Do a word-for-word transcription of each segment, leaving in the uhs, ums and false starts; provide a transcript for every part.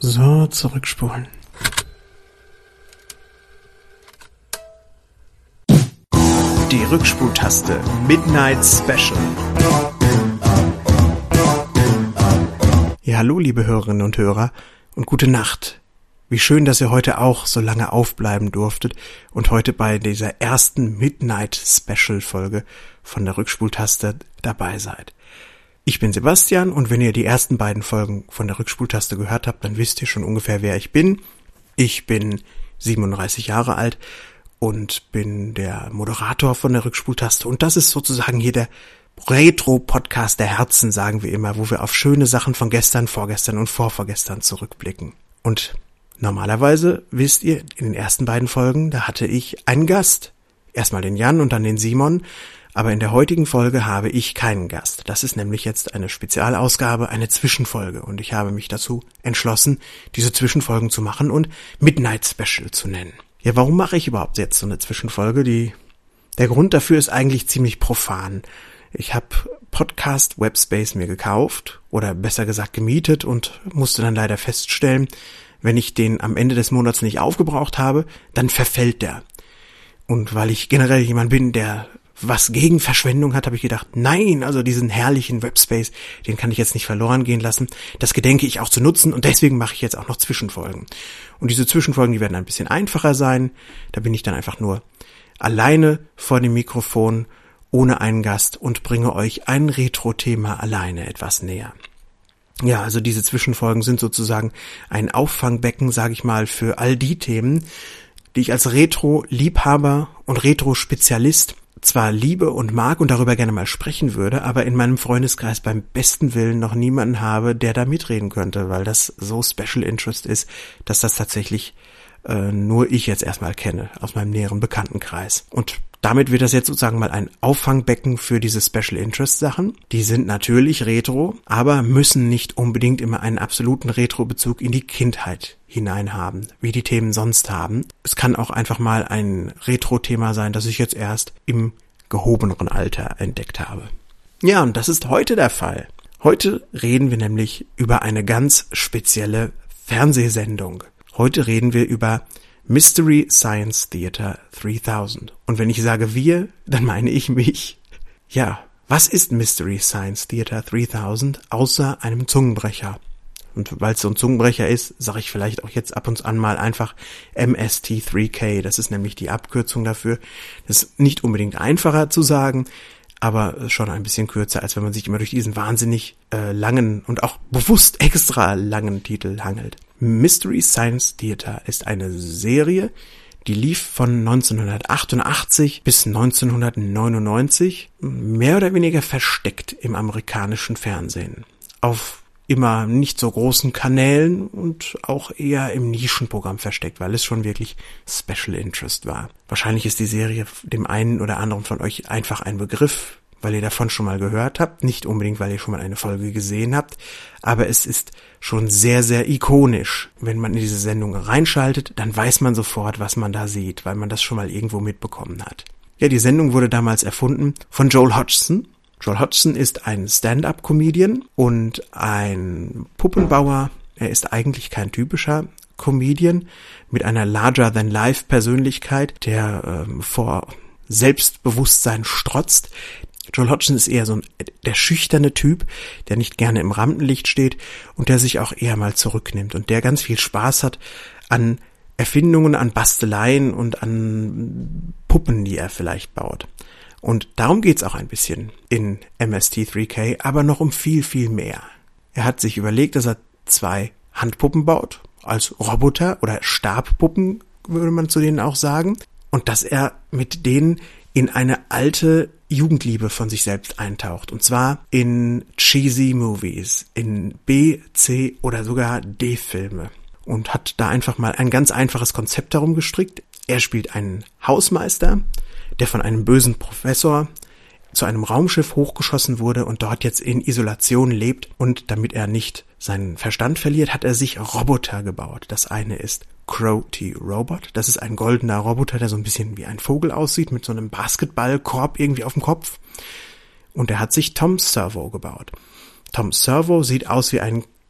So, zurückspulen. Die Rückspultaste Midnight Special. Ja, hallo liebe Hörerinnen und Hörer und gute Nacht. Wie schön, dass ihr heute auch so lange aufbleiben durftet und heute bei dieser ersten Midnight Special Folge von der Rückspultaste dabei seid. Ich bin Sebastian und wenn ihr die ersten beiden Folgen von der Rückspultaste gehört habt, dann wisst ihr schon ungefähr, wer ich bin. Ich bin siebenunddreißig Jahre alt und bin der Moderator von der Rückspultaste und das ist sozusagen hier der Retro-Podcast der Herzen, sagen wir immer, wo wir auf schöne Sachen von gestern, vorgestern und vorvorgestern zurückblicken. Und normalerweise, wisst ihr, in den ersten beiden Folgen, da hatte ich einen Gast. Erstmal den Jan und dann den Simon. Aber in der heutigen Folge habe ich keinen Gast. Das ist nämlich jetzt eine Spezialausgabe, eine Zwischenfolge. Und ich habe mich dazu entschlossen, diese Zwischenfolgen zu machen und Midnight Special zu nennen. Ja, warum mache ich überhaupt jetzt so eine Zwischenfolge? Die, der Grund dafür ist eigentlich ziemlich profan. Ich habe Podcast Webspace mir gekauft oder besser gesagt gemietet und musste dann leider feststellen, wenn ich den am Ende des Monats nicht aufgebraucht habe, dann verfällt der. Und weil ich generell jemand bin, der was gegen Verschwendung hat, habe ich gedacht, nein, also diesen herrlichen Webspace, den kann ich jetzt nicht verloren gehen lassen. Das gedenke ich auch zu nutzen und deswegen mache ich jetzt auch noch Zwischenfolgen. Und diese Zwischenfolgen, die werden ein bisschen einfacher sein. Da bin ich dann einfach nur alleine vor dem Mikrofon, ohne einen Gast und bringe euch ein Retro-Thema alleine etwas näher. Ja, also diese Zwischenfolgen sind sozusagen ein Auffangbecken, sage ich mal, für all die Themen, die ich als Retro-Liebhaber und Retro-Spezialist zwar liebe und mag und darüber gerne mal sprechen würde, aber in meinem Freundeskreis beim besten Willen noch niemanden habe, der da mitreden könnte, weil das so Special Interest ist, dass das tatsächlich äh, nur ich jetzt erstmal kenne aus meinem näheren Bekanntenkreis. Und damit wird das jetzt sozusagen mal ein Auffangbecken für diese Special Interest Sachen. Die sind natürlich Retro, aber müssen nicht unbedingt immer einen absoluten Retro-Bezug in die Kindheit hinein haben, wie die Themen sonst haben. Es kann auch einfach mal ein Retro-Thema sein, das ich jetzt erst im gehobeneren Alter entdeckt habe. Ja, und das ist heute der Fall. Heute reden wir nämlich über eine ganz spezielle Fernsehsendung. Heute reden wir über Mystery Science Theater dreitausend. Und wenn ich sage wir, dann meine ich mich. Ja, was ist Mystery Science Theater dreitausend außer einem Zungenbrecher? Und weil es so ein Zungenbrecher ist, sage ich vielleicht auch jetzt ab und an mal einfach M S T drei K. Das ist nämlich die Abkürzung dafür. Das ist nicht unbedingt einfacher zu sagen, aber schon ein bisschen kürzer, als wenn man sich immer durch diesen wahnsinnig äh, langen und auch bewusst extra langen Titel hangelt. Mystery Science Theater ist eine Serie, die lief von neunzehnhundertachtundachtzig bis neunzehnhundertneunundneunzig, mehr oder weniger versteckt im amerikanischen Fernsehen. Auf immer nicht so großen Kanälen und auch eher im Nischenprogramm versteckt, weil es schon wirklich Special Interest war. Wahrscheinlich ist die Serie dem einen oder anderen von euch einfach ein Begriff, weil ihr davon schon mal gehört habt, nicht unbedingt, weil ihr schon mal eine Folge gesehen habt, aber es ist schon sehr, sehr ikonisch. Wenn man in diese Sendung reinschaltet, dann weiß man sofort, was man da sieht, weil man das schon mal irgendwo mitbekommen hat. Ja, die Sendung wurde damals erfunden von Joel Hodgson. Joel Hodgson ist ein Stand-up-Comedian und ein Puppenbauer. Er ist eigentlich kein typischer Comedian mit einer Larger-than-Life-Persönlichkeit, der ähm, vor Selbstbewusstsein strotzt. Joel Hodgson ist eher so ein, der schüchterne Typ, der nicht gerne im Rampenlicht steht und der sich auch eher mal zurücknimmt und der ganz viel Spaß hat an Erfindungen, an Basteleien und an Puppen, die er vielleicht baut. Und darum geht's auch ein bisschen in M S T drei K, aber noch um viel, viel mehr. Er hat sich überlegt, dass er zwei Handpuppen baut, als Roboter oder Stabpuppen würde man zu denen auch sagen, und dass er mit denen in eine alte Jugendliebe von sich selbst eintaucht. Und zwar in cheesy Movies, in B-, C- oder sogar D-Filme. Und hat da einfach mal ein ganz einfaches Konzept darum gestrickt. Er spielt einen Hausmeister, der von einem bösen Professor zu einem Raumschiff hochgeschossen wurde und dort jetzt in Isolation lebt. Und damit er nicht seinen Verstand verliert, hat er sich Roboter gebaut. Das eine ist Crow T. Robot. Das ist ein goldener Roboter, der so ein bisschen wie ein Vogel aussieht, mit so einem Basketballkorb irgendwie auf dem Kopf. Und er hat sich Tom Servo gebaut. Tom Servo sieht aus wie ein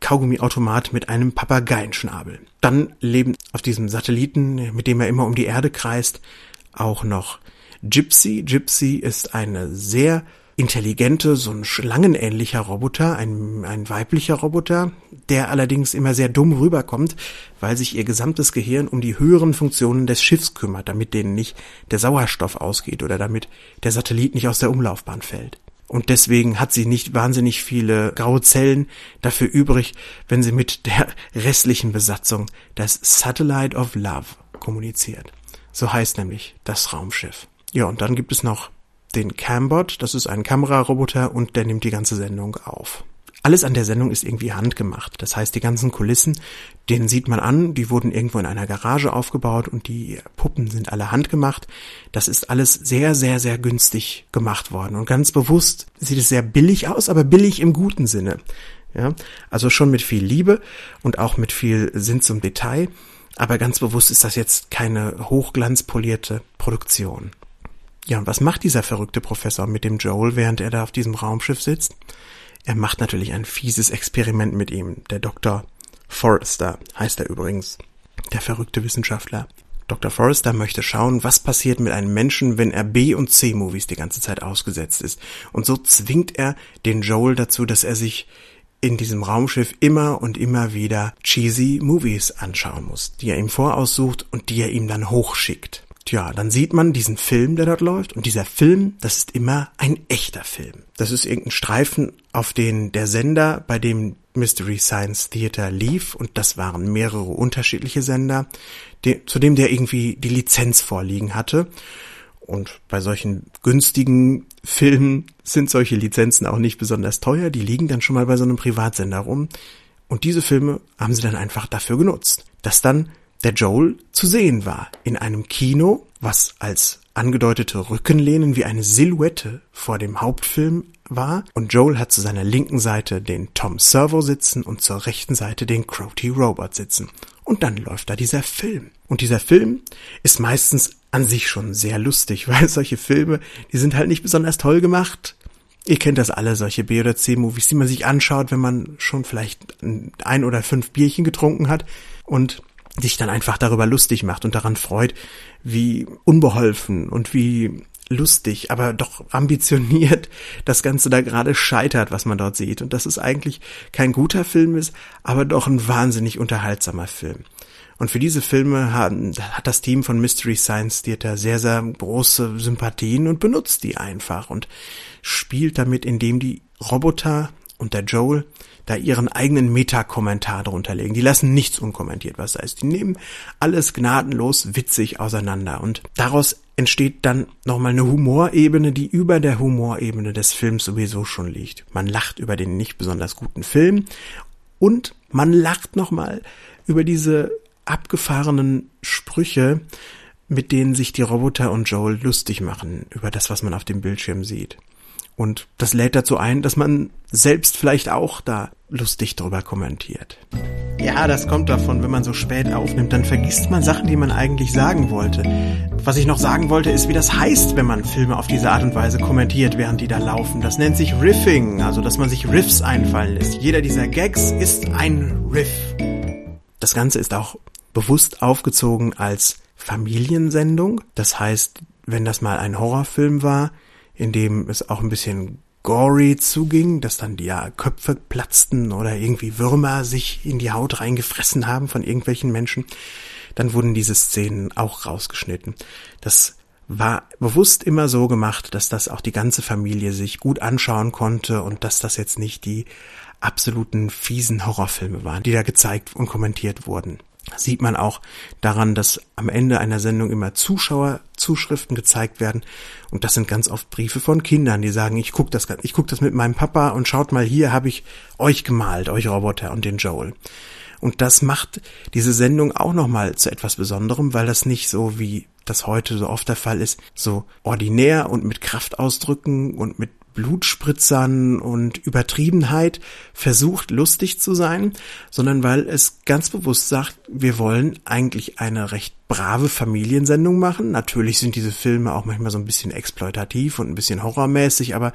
Kaugummiautomat mit einem Papageienschnabel. Dann leben auf diesem Satelliten, mit dem er immer um die Erde kreist, auch noch Gypsy. Gypsy ist eine sehr intelligente, so ein schlangenähnlicher Roboter, ein, ein weiblicher Roboter, der allerdings immer sehr dumm rüberkommt, weil sich ihr gesamtes Gehirn um die höheren Funktionen des Schiffs kümmert, damit denen nicht der Sauerstoff ausgeht oder damit der Satellit nicht aus der Umlaufbahn fällt. Und deswegen hat sie nicht wahnsinnig viele graue Zellen dafür übrig, wenn sie mit der restlichen Besatzung das Satellite of Love kommuniziert. So heißt nämlich das Raumschiff. Ja, und dann gibt es noch den Cambot, das ist ein Kameraroboter und der nimmt die ganze Sendung auf. Alles an der Sendung ist irgendwie handgemacht. Das heißt, die ganzen Kulissen, denen sieht man an, die wurden irgendwo in einer Garage aufgebaut und die Puppen sind alle handgemacht. Das ist alles sehr, sehr, sehr günstig gemacht worden. Und ganz bewusst sieht es sehr billig aus, aber billig im guten Sinne. Ja, also schon mit viel Liebe und auch mit viel Sinn zum Detail. Aber ganz bewusst ist das jetzt keine hochglanzpolierte Produktion. Ja, und was macht dieser verrückte Professor mit dem Joel, während er da auf diesem Raumschiff sitzt? Er macht natürlich ein fieses Experiment mit ihm. Der Doktor Forrester heißt er übrigens, der verrückte Wissenschaftler. Doktor Forrester möchte schauen, was passiert mit einem Menschen, wenn er B- und C-Movies die ganze Zeit ausgesetzt ist. Und so zwingt er den Joel dazu, dass er sich in diesem Raumschiff immer und immer wieder cheesy Movies anschauen muss, die er ihm voraussucht und die er ihm dann hochschickt. Tja, dann sieht man diesen Film, der dort läuft, und dieser Film, das ist immer ein echter Film. Das ist irgendein Streifen, auf den der Sender, bei dem Mystery Science Theater lief, und das waren mehrere unterschiedliche Sender, die, zu dem der irgendwie die Lizenz vorliegen hatte. Und bei solchen günstigen Filmen sind solche Lizenzen auch nicht besonders teuer, die liegen dann schon mal bei so einem Privatsender rum. Und diese Filme haben sie dann einfach dafür genutzt, dass dann der Joel zu sehen war in einem Kino, was als angedeutete Rückenlehnen wie eine Silhouette vor dem Hauptfilm war. Und Joel hat zu seiner linken Seite den Tom Servo sitzen und zur rechten Seite den Crotty Robot sitzen. Und dann läuft da dieser Film. Und dieser Film ist meistens an sich schon sehr lustig, weil solche Filme, die sind halt nicht besonders toll gemacht. Ihr kennt das alle, solche B- oder C-Movies, die man sich anschaut, wenn man schon vielleicht ein oder fünf Bierchen getrunken hat und sich dann einfach darüber lustig macht und daran freut, wie unbeholfen und wie lustig, aber doch ambitioniert das Ganze da gerade scheitert, was man dort sieht. Und dass es eigentlich kein guter Film ist, aber doch ein wahnsinnig unterhaltsamer Film. Und für diese Filme hat, hat das Team von Mystery Science Theater sehr, sehr große Sympathien und benutzt die einfach und spielt damit, indem die Roboter und der Joel da ihren eigenen Meta-Kommentar drunter legen. Die lassen nichts unkommentiert, was da ist. Die nehmen alles gnadenlos witzig auseinander. Und daraus entsteht dann nochmal eine Humorebene, die über der Humorebene des Films sowieso schon liegt. Man lacht über den nicht besonders guten Film und man lacht nochmal über diese abgefahrenen Sprüche, mit denen sich die Roboter und Joel lustig machen über das, was man auf dem Bildschirm sieht. Und das lädt dazu ein, dass man selbst vielleicht auch da lustig drüber kommentiert. Ja, das kommt davon, wenn man so spät aufnimmt, dann vergisst man Sachen, die man eigentlich sagen wollte. Was ich noch sagen wollte, ist, wie das heißt, wenn man Filme auf diese Art und Weise kommentiert, während die da laufen. Das nennt sich Riffing, also dass man sich Riffs einfallen lässt. Jeder dieser Gags ist ein Riff. Das Ganze ist auch bewusst aufgezogen als Familiensendung. Das heißt, wenn das mal ein Horrorfilm war, in dem es auch ein bisschen gory zuging, dass dann die ja, Köpfe platzten oder irgendwie Würmer sich in die Haut reingefressen haben von irgendwelchen Menschen, dann wurden diese Szenen auch rausgeschnitten. Das war bewusst immer so gemacht, dass das auch die ganze Familie sich gut anschauen konnte und dass das jetzt nicht die absoluten fiesen Horrorfilme waren, die da gezeigt und kommentiert wurden. Das sieht man auch daran, dass am Ende einer Sendung immer Zuschauerzuschriften gezeigt werden. Und das sind ganz oft Briefe von Kindern, die sagen, ich gucke das, ich guck das mit meinem Papa und schaut mal, hier habe ich euch gemalt, euch Roboter und den Joel. Und das macht diese Sendung auch nochmal zu etwas Besonderem, weil das nicht so, wie das heute so oft der Fall ist, so ordinär und mit Kraftausdrücken und mit Blutspritzern und Übertriebenheit versucht, lustig zu sein, sondern weil es ganz bewusst sagt, wir wollen eigentlich eine recht brave Familiensendung machen. Natürlich sind diese Filme auch manchmal so ein bisschen exploitativ und ein bisschen horrormäßig, aber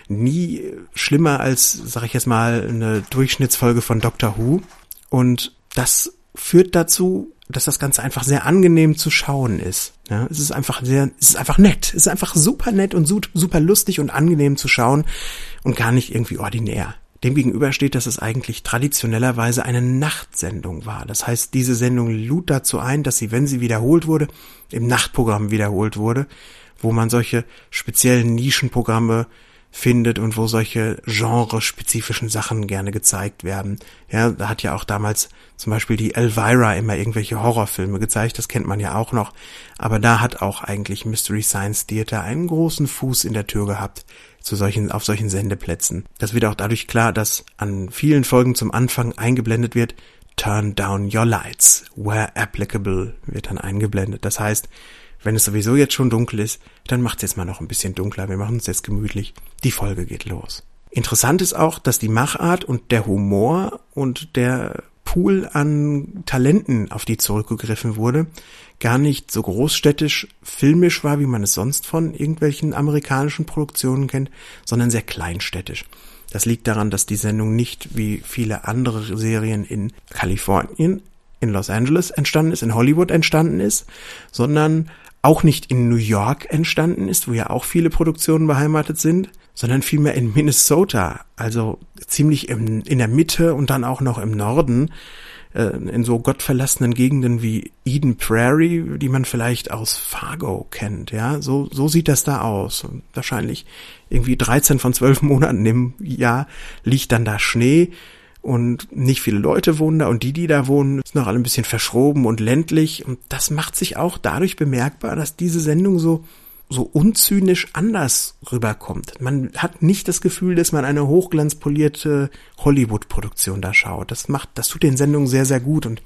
nie schlimmer als, sag ich jetzt mal, eine Durchschnittsfolge von Doctor Who. Und das führt dazu, dass das Ganze einfach sehr angenehm zu schauen ist. Ja, es ist einfach sehr, es ist einfach nett. Es ist einfach super nett und super lustig und angenehm zu schauen und gar nicht irgendwie ordinär. Demgegenüber steht, dass es eigentlich traditionellerweise eine Nachtsendung war. Das heißt, diese Sendung lud dazu ein, dass sie, wenn sie wiederholt wurde, im Nachtprogramm wiederholt wurde, wo man solche speziellen Nischenprogramme findet und wo solche genrespezifischen Sachen gerne gezeigt werden. Ja, da hat ja auch damals zum Beispiel die Elvira immer irgendwelche Horrorfilme gezeigt, das kennt man ja auch noch. Aber da hat auch eigentlich Mystery Science Theater einen großen Fuß in der Tür gehabt zu solchen, auf solchen Sendeplätzen. Das wird auch dadurch klar, dass an vielen Folgen zum Anfang eingeblendet wird, Turn down your lights, where applicable, wird dann eingeblendet. Das heißt, wenn es sowieso jetzt schon dunkel ist, dann macht's jetzt mal noch ein bisschen dunkler. Wir machen es jetzt gemütlich. Die Folge geht los. Interessant ist auch, dass die Machart und der Humor und der Pool an Talenten, auf die zurückgegriffen wurde, gar nicht so großstädtisch filmisch war, wie man es sonst von irgendwelchen amerikanischen Produktionen kennt, sondern sehr kleinstädtisch. Das liegt daran, dass die Sendung nicht wie viele andere Serien in Kalifornien, in Los Angeles entstanden ist, in Hollywood entstanden ist, sondern auch nicht in New York entstanden ist, wo ja auch viele Produktionen beheimatet sind, sondern vielmehr in Minnesota, also ziemlich im, in der Mitte und dann auch noch im Norden, äh, in so gottverlassenen Gegenden wie Eden Prairie, die man vielleicht aus Fargo kennt, ja, so, so sieht das da aus. Und wahrscheinlich irgendwie dreizehn von zwölf Monaten im Jahr liegt dann da Schnee und nicht viele Leute wohnen da und die, die da wohnen, sind noch alle ein bisschen verschroben und ländlich und das macht sich auch dadurch bemerkbar, dass diese Sendung so so unzynisch anders rüberkommt. Man hat nicht das Gefühl, dass man eine hochglanzpolierte Hollywood-Produktion da schaut. Das macht, das tut den Sendungen sehr, sehr gut und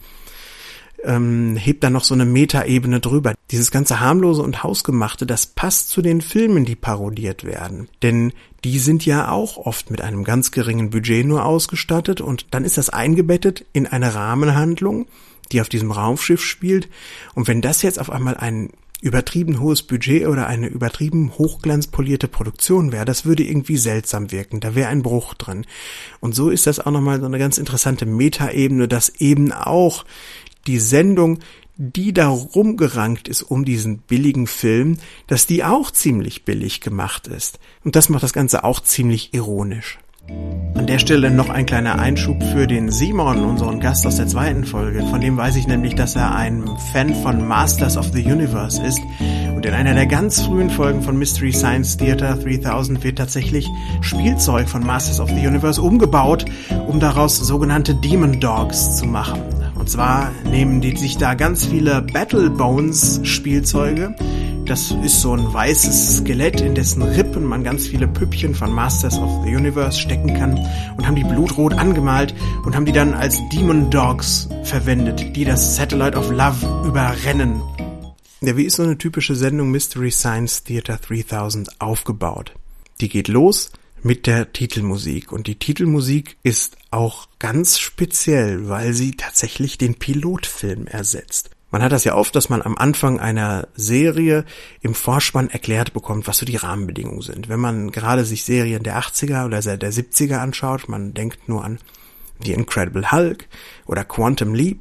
ähm, hebt dann noch so eine Metaebene drüber. Dieses ganze harmlose und hausgemachte, das passt zu den Filmen, die parodiert werden. Denn die sind ja auch oft mit einem ganz geringen Budget nur ausgestattet und dann ist das eingebettet in eine Rahmenhandlung, die auf diesem Raumschiff spielt. Und wenn das jetzt auf einmal ein übertrieben hohes Budget oder eine übertrieben hochglanzpolierte Produktion wäre, das würde irgendwie seltsam wirken, da wäre ein Bruch drin. Und so ist das auch nochmal so eine ganz interessante Metaebene, dass eben auch die Sendung, die da rumgerankt ist um diesen billigen Film, dass die auch ziemlich billig gemacht ist. Und das macht das Ganze auch ziemlich ironisch. An der Stelle noch ein kleiner Einschub für den Simon, unseren Gast aus der zweiten Folge. Von dem weiß ich nämlich, dass er ein Fan von Masters of the Universe ist. Und in einer der ganz frühen Folgen von Mystery Science Theater dreitausend wird tatsächlich Spielzeug von Masters of the Universe umgebaut, um daraus sogenannte Demon Dogs zu machen. Und zwar nehmen die sich da ganz viele Battle Bones Spielzeuge. Das ist so ein weißes Skelett, in dessen Rippen man ganz viele Püppchen von Masters of the Universe stecken kann und haben die blutrot angemalt und haben die dann als Demon Dogs verwendet, die das Satellite of Love überrennen. Ja, wie ist so eine typische Sendung Mystery Science Theater dreitausend aufgebaut? Die geht los mit der Titelmusik und die Titelmusik ist auch ganz speziell, weil sie tatsächlich den Pilotfilm ersetzt. Man hat das ja oft, dass man am Anfang einer Serie im Vorspann erklärt bekommt, was so die Rahmenbedingungen sind. Wenn man gerade sich Serien der achtziger oder der siebziger anschaut, man denkt nur an The Incredible Hulk oder Quantum Leap,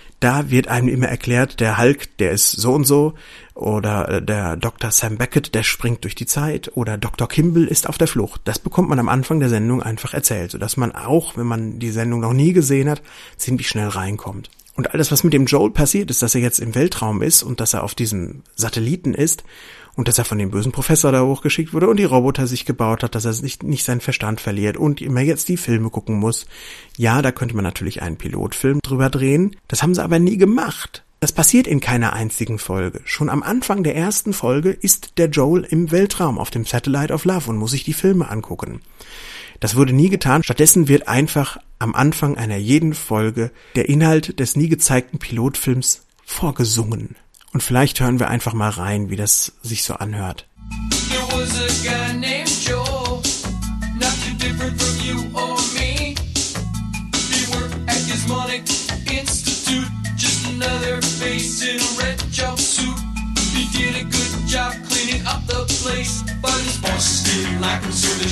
da wird einem immer erklärt, der Hulk, der ist so und so, oder der Doktor Sam Beckett, der springt durch die Zeit, oder Doktor Kimball ist auf der Flucht. Das bekommt man am Anfang der Sendung einfach erzählt, sodass man auch, wenn man die Sendung noch nie gesehen hat, ziemlich schnell reinkommt. Und alles, was mit dem Joel passiert, ist, dass er jetzt im Weltraum ist und dass er auf diesem Satelliten ist und dass er von dem bösen Professor da hochgeschickt wurde und die Roboter sich gebaut hat, dass er nicht, nicht seinen Verstand verliert und immer jetzt die Filme gucken muss. Ja, da könnte man natürlich einen Pilotfilm drüber drehen. Das haben sie aber nie gemacht. Das passiert in keiner einzigen Folge. Schon am Anfang der ersten Folge ist der Joel im Weltraum auf dem Satellite of Love und muss sich die Filme angucken. Das wurde nie getan. Stattdessen wird einfach am Anfang einer jeden Folge der Inhalt des nie gezeigten Pilotfilms vorgesungen. Und vielleicht hören wir einfach mal rein, wie das sich so anhört. There was a guy named Joel.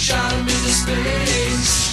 shot him into space.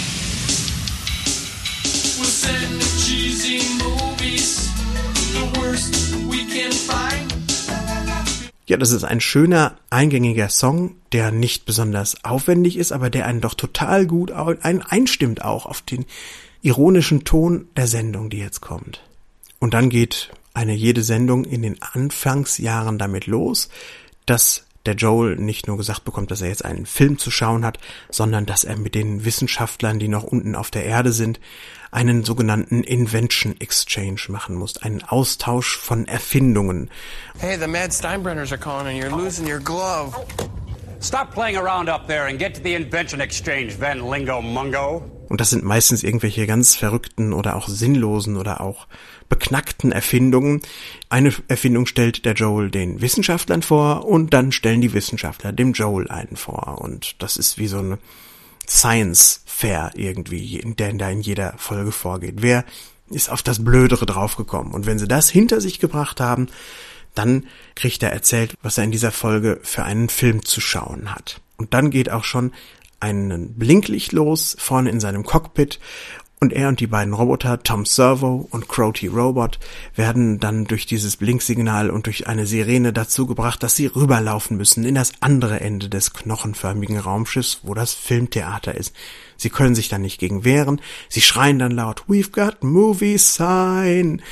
We'll send the cheesy movies, the worst we can find. Ja, das ist ein schöner, eingängiger Song, der nicht besonders aufwendig ist, aber der einen doch total gut ein, einstimmt auch auf den ironischen Ton der Sendung, die jetzt kommt. Und dann geht eine jede Sendung in den Anfangsjahren damit los, dass der Joel nicht nur gesagt bekommt, dass er jetzt einen Film zu schauen hat, sondern dass er mit den Wissenschaftlern, die noch unten auf der Erde sind, einen sogenannten Invention Exchange machen muss, einen Austausch von Erfindungen. Hey, the Mad Steinbrenners are calling and you're losing your glove. Stop playing around up there and get to the Invention Exchange, Van Lingo Mungo. Und das sind meistens irgendwelche ganz verrückten oder auch sinnlosen oder auch beknackten Erfindungen. Eine Erfindung stellt der Joel den Wissenschaftlern vor und dann stellen die Wissenschaftler dem Joel einen vor. Und das ist wie so eine Science Fair irgendwie, in der da in jeder Folge vorgeht. Wer ist auf das Blödere draufgekommen? Und wenn sie das hinter sich gebracht haben, dann kriegt er erzählt, was er in dieser Folge für einen Film zu schauen hat. Und dann geht auch schon ein Blinklicht los, vorne in seinem Cockpit, und er und die beiden Roboter, Tom Servo und Crow T. Robot, werden dann durch dieses Blinksignal und durch eine Sirene dazu gebracht, dass sie rüberlaufen müssen in das andere Ende des knochenförmigen Raumschiffs, wo das Filmtheater ist. Sie können sich dann nicht gegen wehren, sie schreien dann laut, "We've got movie sign!"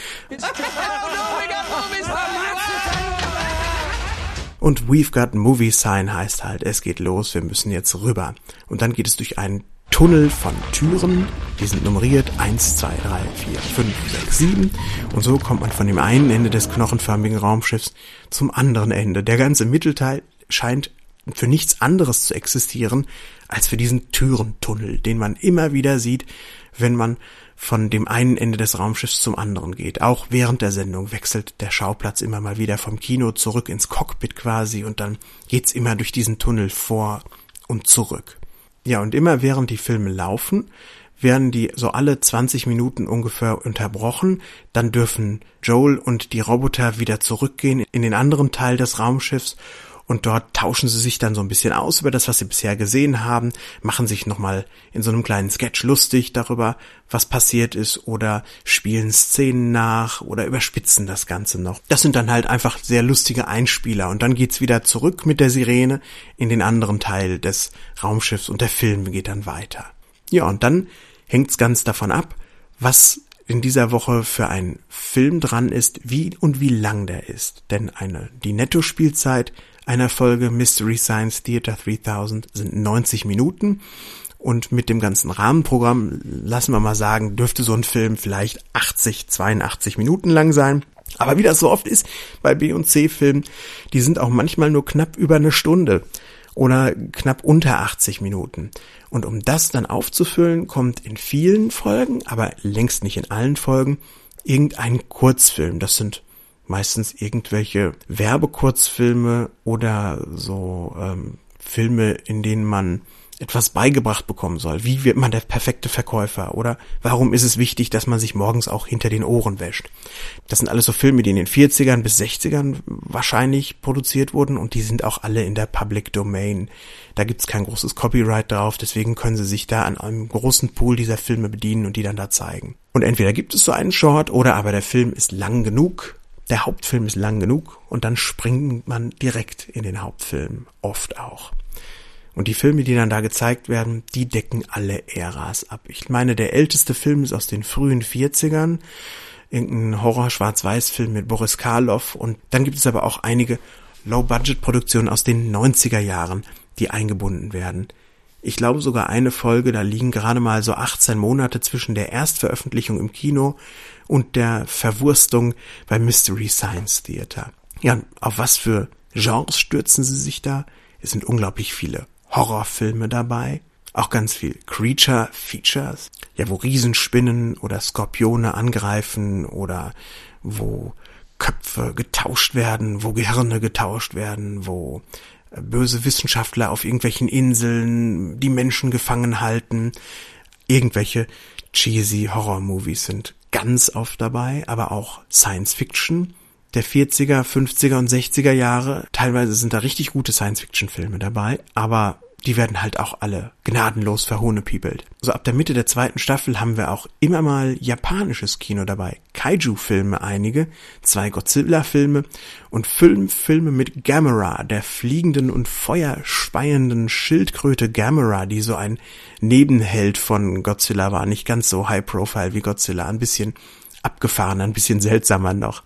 Und "We've got movie sign" heißt halt, es geht los, wir müssen jetzt rüber. Und dann geht es durch einen Tunnel von Türen, die sind nummeriert eins, zwei, drei, vier, fünf, sechs, sieben, und so kommt man von dem einen Ende des knochenförmigen Raumschiffs zum anderen Ende. Der ganze Mittelteil scheint für nichts anderes zu existieren als für diesen Türentunnel, den man immer wieder sieht, wenn man von dem einen Ende des Raumschiffs zum anderen geht. Auch während der Sendung wechselt der Schauplatz immer mal wieder vom Kino zurück ins Cockpit quasi, und dann geht's immer durch diesen Tunnel vor und zurück. Ja, und immer während die Filme laufen, werden die so alle zwanzig Minuten ungefähr unterbrochen. Dann dürfen Joel und die Roboter wieder zurückgehen in den anderen Teil des Raumschiffs, und dort tauschen sie sich dann so ein bisschen aus über das, was sie bisher gesehen haben, machen sich nochmal in so einem kleinen Sketch lustig darüber, was passiert ist, oder spielen Szenen nach oder überspitzen das Ganze noch. Das sind dann halt einfach sehr lustige Einspieler, und dann geht's wieder zurück mit der Sirene in den anderen Teil des Raumschiffs und der Film geht dann weiter. Ja, und dann hängt's ganz davon ab, was in dieser Woche für ein Film dran ist, wie und wie lang der ist. Denn eine die Nettospielzeit einer Folge Mystery Science Theater dreitausend sind neunzig Minuten, und mit dem ganzen Rahmenprogramm, lassen wir mal sagen, dürfte so ein Film vielleicht achtzig, zweiundachtzig Minuten lang sein. Aber wie das so oft ist bei B- und C-Filmen, die sind auch manchmal nur knapp über eine Stunde oder knapp unter achtzig Minuten. Und um das dann aufzufüllen, kommt in vielen Folgen, aber längst nicht in allen Folgen, irgendein Kurzfilm. Das sind meistens irgendwelche Werbekurzfilme oder so ähm, Filme, in denen man etwas beigebracht bekommen soll. Wie wird man der perfekte Verkäufer? Oder warum ist es wichtig, dass man sich morgens auch hinter den Ohren wäscht? Das sind alles so Filme, die in den vierzigern bis sechzigern wahrscheinlich produziert wurden, und die sind auch alle in der Public Domain. Da gibt's kein großes Copyright drauf, deswegen können sie sich da an einem großen Pool dieser Filme bedienen und die dann da zeigen. Und entweder gibt es so einen Short, oder aber der Film ist lang genug, der Hauptfilm ist lang genug, und dann springt man direkt in den Hauptfilm, oft auch. Und die Filme, die dann da gezeigt werden, die decken alle Äras ab. Ich meine, der älteste Film ist aus den frühen vierzigern, irgendein Horror-Schwarz-Weiß-Film mit Boris Karloff, und dann gibt es aber auch einige Low-Budget-Produktionen aus den neunziger Jahren, die eingebunden werden. Ich glaube sogar eine Folge, da liegen gerade mal so achtzehn Monate zwischen der Erstveröffentlichung im Kino und der Verwurstung bei Mystery Science Theater. Ja, auf was für Genres stürzen sie sich da? Es sind unglaublich viele Horrorfilme dabei, auch ganz viel Creature-Features, ja, wo Riesenspinnen oder Skorpione angreifen oder wo Köpfe getauscht werden, wo Gehirne getauscht werden, wo böse Wissenschaftler auf irgendwelchen Inseln die Menschen gefangen halten. Irgendwelche cheesy Horror-Movies sind ganz oft dabei, aber auch Science-Fiction der vierziger, fünfziger und sechziger Jahre. Teilweise sind da richtig gute Science-Fiction-Filme dabei, aber die werden halt auch alle gnadenlos verhohnepiepelt. So ab der Mitte der zweiten Staffel haben wir auch immer mal japanisches Kino dabei. Kaiju-Filme einige, zwei Godzilla-Filme und fünf Filme mit Gamera, der fliegenden und feuerspeienden Schildkröte Gamera, die so ein Nebenheld von Godzilla war. Nicht ganz so high-profile wie Godzilla, ein bisschen abgefahrener, ein bisschen seltsamer noch.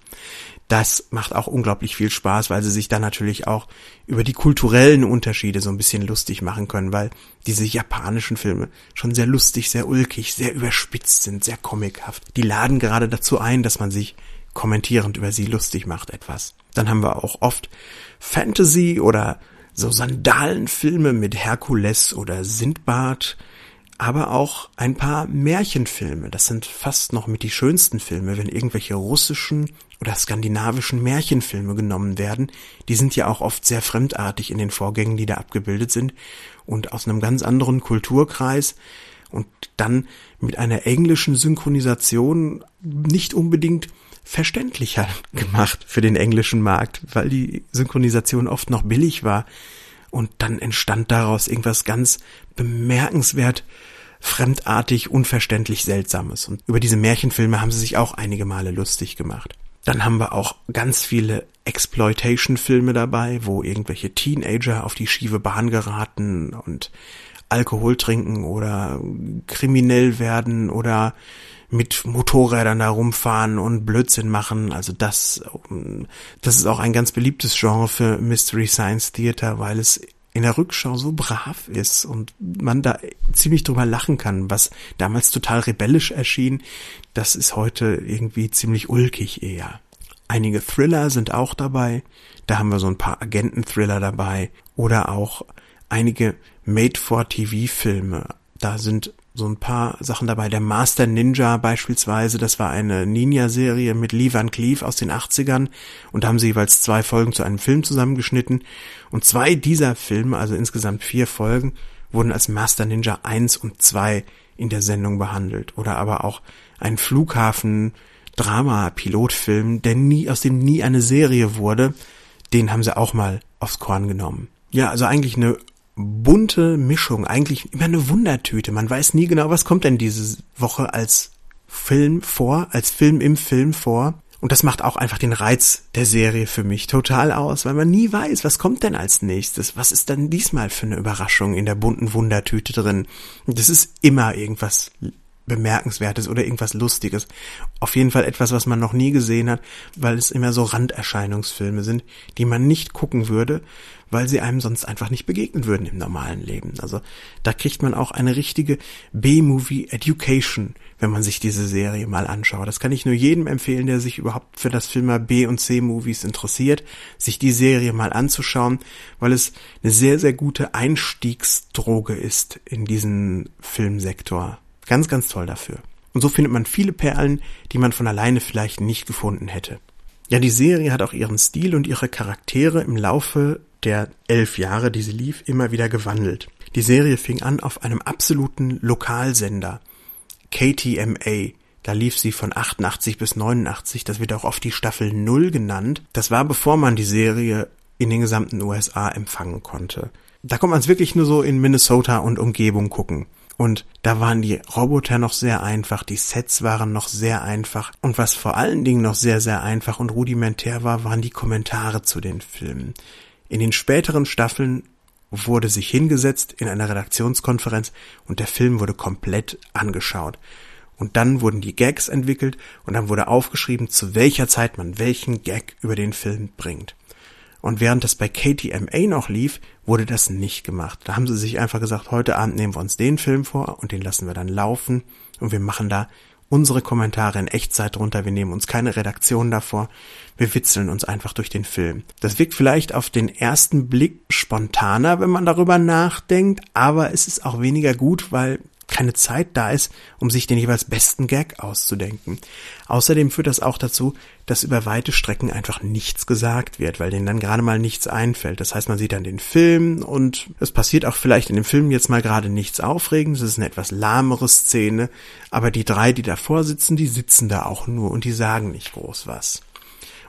Das macht auch unglaublich viel Spaß, weil sie sich dann natürlich auch über die kulturellen Unterschiede so ein bisschen lustig machen können, weil diese japanischen Filme schon sehr lustig, sehr ulkig, sehr überspitzt sind, sehr comichaft. Die laden gerade dazu ein, dass man sich kommentierend über sie lustig macht etwas. Dann haben wir auch oft Fantasy oder so Sandalenfilme mit Herkules oder Sindbad, aber auch ein paar Märchenfilme. Das sind fast noch mit die schönsten Filme, wenn irgendwelche russischen oder skandinavischen Märchenfilme genommen werden. Die sind ja auch oft sehr fremdartig in den Vorgängen, die da abgebildet sind und aus einem ganz anderen Kulturkreis und dann mit einer englischen Synchronisation nicht unbedingt verständlicher gemacht für den englischen Markt, weil die Synchronisation oft noch billig war. Und dann entstand daraus irgendwas ganz bemerkenswert, fremdartig, unverständlich Seltsames. Und über diese Märchenfilme haben sie sich auch einige Male lustig gemacht. Dann haben wir auch ganz viele Exploitation-Filme dabei, wo irgendwelche Teenager auf die schiefe Bahn geraten und Alkohol trinken oder kriminell werden oder mit Motorrädern da rumfahren und Blödsinn machen. Also das, das ist auch ein ganz beliebtes Genre für Mystery Science Theater, weil es in der Rückschau so brav ist und man da ziemlich drüber lachen kann, was damals total rebellisch erschien. Das ist heute irgendwie ziemlich ulkig eher. Einige Thriller sind auch dabei. Da haben wir so ein paar Agenten-Thriller dabei oder auch einige Made-for-T V-Filme. Da sind so ein paar Sachen dabei. Der Master Ninja beispielsweise, das war eine Ninja-Serie mit Lee Van Cleef aus den achtzigern und da haben sie jeweils zwei Folgen zu einem Film zusammengeschnitten und zwei dieser Filme, also insgesamt vier Folgen, wurden als Master Ninja eins und zwei in der Sendung behandelt. Oder aber auch ein Flughafen-Drama-Pilotfilm, der nie, aus dem nie eine Serie wurde, den haben sie auch mal aufs Korn genommen. Ja, also eigentlich eine bunte Mischung, eigentlich immer eine Wundertüte. Man weiß nie genau, was kommt denn diese Woche als Film vor, als Film im Film vor. Und das macht auch einfach den Reiz der Serie für mich total aus, weil man nie weiß, was kommt denn als nächstes. Was ist dann diesmal für eine Überraschung in der bunten Wundertüte drin? Und das ist immer irgendwas Bemerkenswertes oder irgendwas Lustiges. Auf jeden Fall etwas, was man noch nie gesehen hat, weil es immer so Randerscheinungsfilme sind, die man nicht gucken würde, weil sie einem sonst einfach nicht begegnen würden im normalen Leben. Also da kriegt man auch eine richtige B-Movie-Education, wenn man sich diese Serie mal anschaut. Das kann ich nur jedem empfehlen, der sich überhaupt für das Thema B- und C-Movies interessiert, sich die Serie mal anzuschauen, weil es eine sehr, sehr gute Einstiegsdroge ist in diesen Filmsektor. Ganz, ganz toll dafür. Und so findet man viele Perlen, die man von alleine vielleicht nicht gefunden hätte. Ja, die Serie hat auch ihren Stil und ihre Charaktere im Laufe der elf Jahre, die sie lief, immer wieder gewandelt. Die Serie fing an auf einem absoluten Lokalsender, K T M A. Da lief sie von achtundachtzig bis neunundachtzig, das wird auch oft die Staffel null genannt. Das war, bevor man die Serie in den gesamten U S A empfangen konnte. Da konnte man es wirklich nur so in Minnesota und Umgebung gucken. Und da waren die Roboter noch sehr einfach, die Sets waren noch sehr einfach. Und was vor allen Dingen noch sehr, sehr einfach und rudimentär war, waren die Kommentare zu den Filmen. In den späteren Staffeln wurde sich hingesetzt in einer Redaktionskonferenz und der Film wurde komplett angeschaut. Und dann wurden die Gags entwickelt und dann wurde aufgeschrieben, zu welcher Zeit man welchen Gag über den Film bringt. Und während das bei K T M A noch lief, wurde das nicht gemacht. Da haben sie sich einfach gesagt, heute Abend nehmen wir uns den Film vor und den lassen wir dann laufen und wir machen da unsere Kommentare in Echtzeit drunter. Wir nehmen uns keine Redaktion davor. Wir witzeln uns einfach durch den Film. Das wirkt vielleicht auf den ersten Blick spontaner, wenn man darüber nachdenkt, aber es ist auch weniger gut, weil keine Zeit da ist, um sich den jeweils besten Gag auszudenken. Außerdem führt das auch dazu, dass über weite Strecken einfach nichts gesagt wird, weil denen dann gerade mal nichts einfällt. Das heißt, man sieht dann den Film und es passiert auch vielleicht in dem Film jetzt mal gerade nichts Aufregendes. Es ist eine etwas lahmere Szene, aber die drei, die davor sitzen, die sitzen da auch nur und die sagen nicht groß was.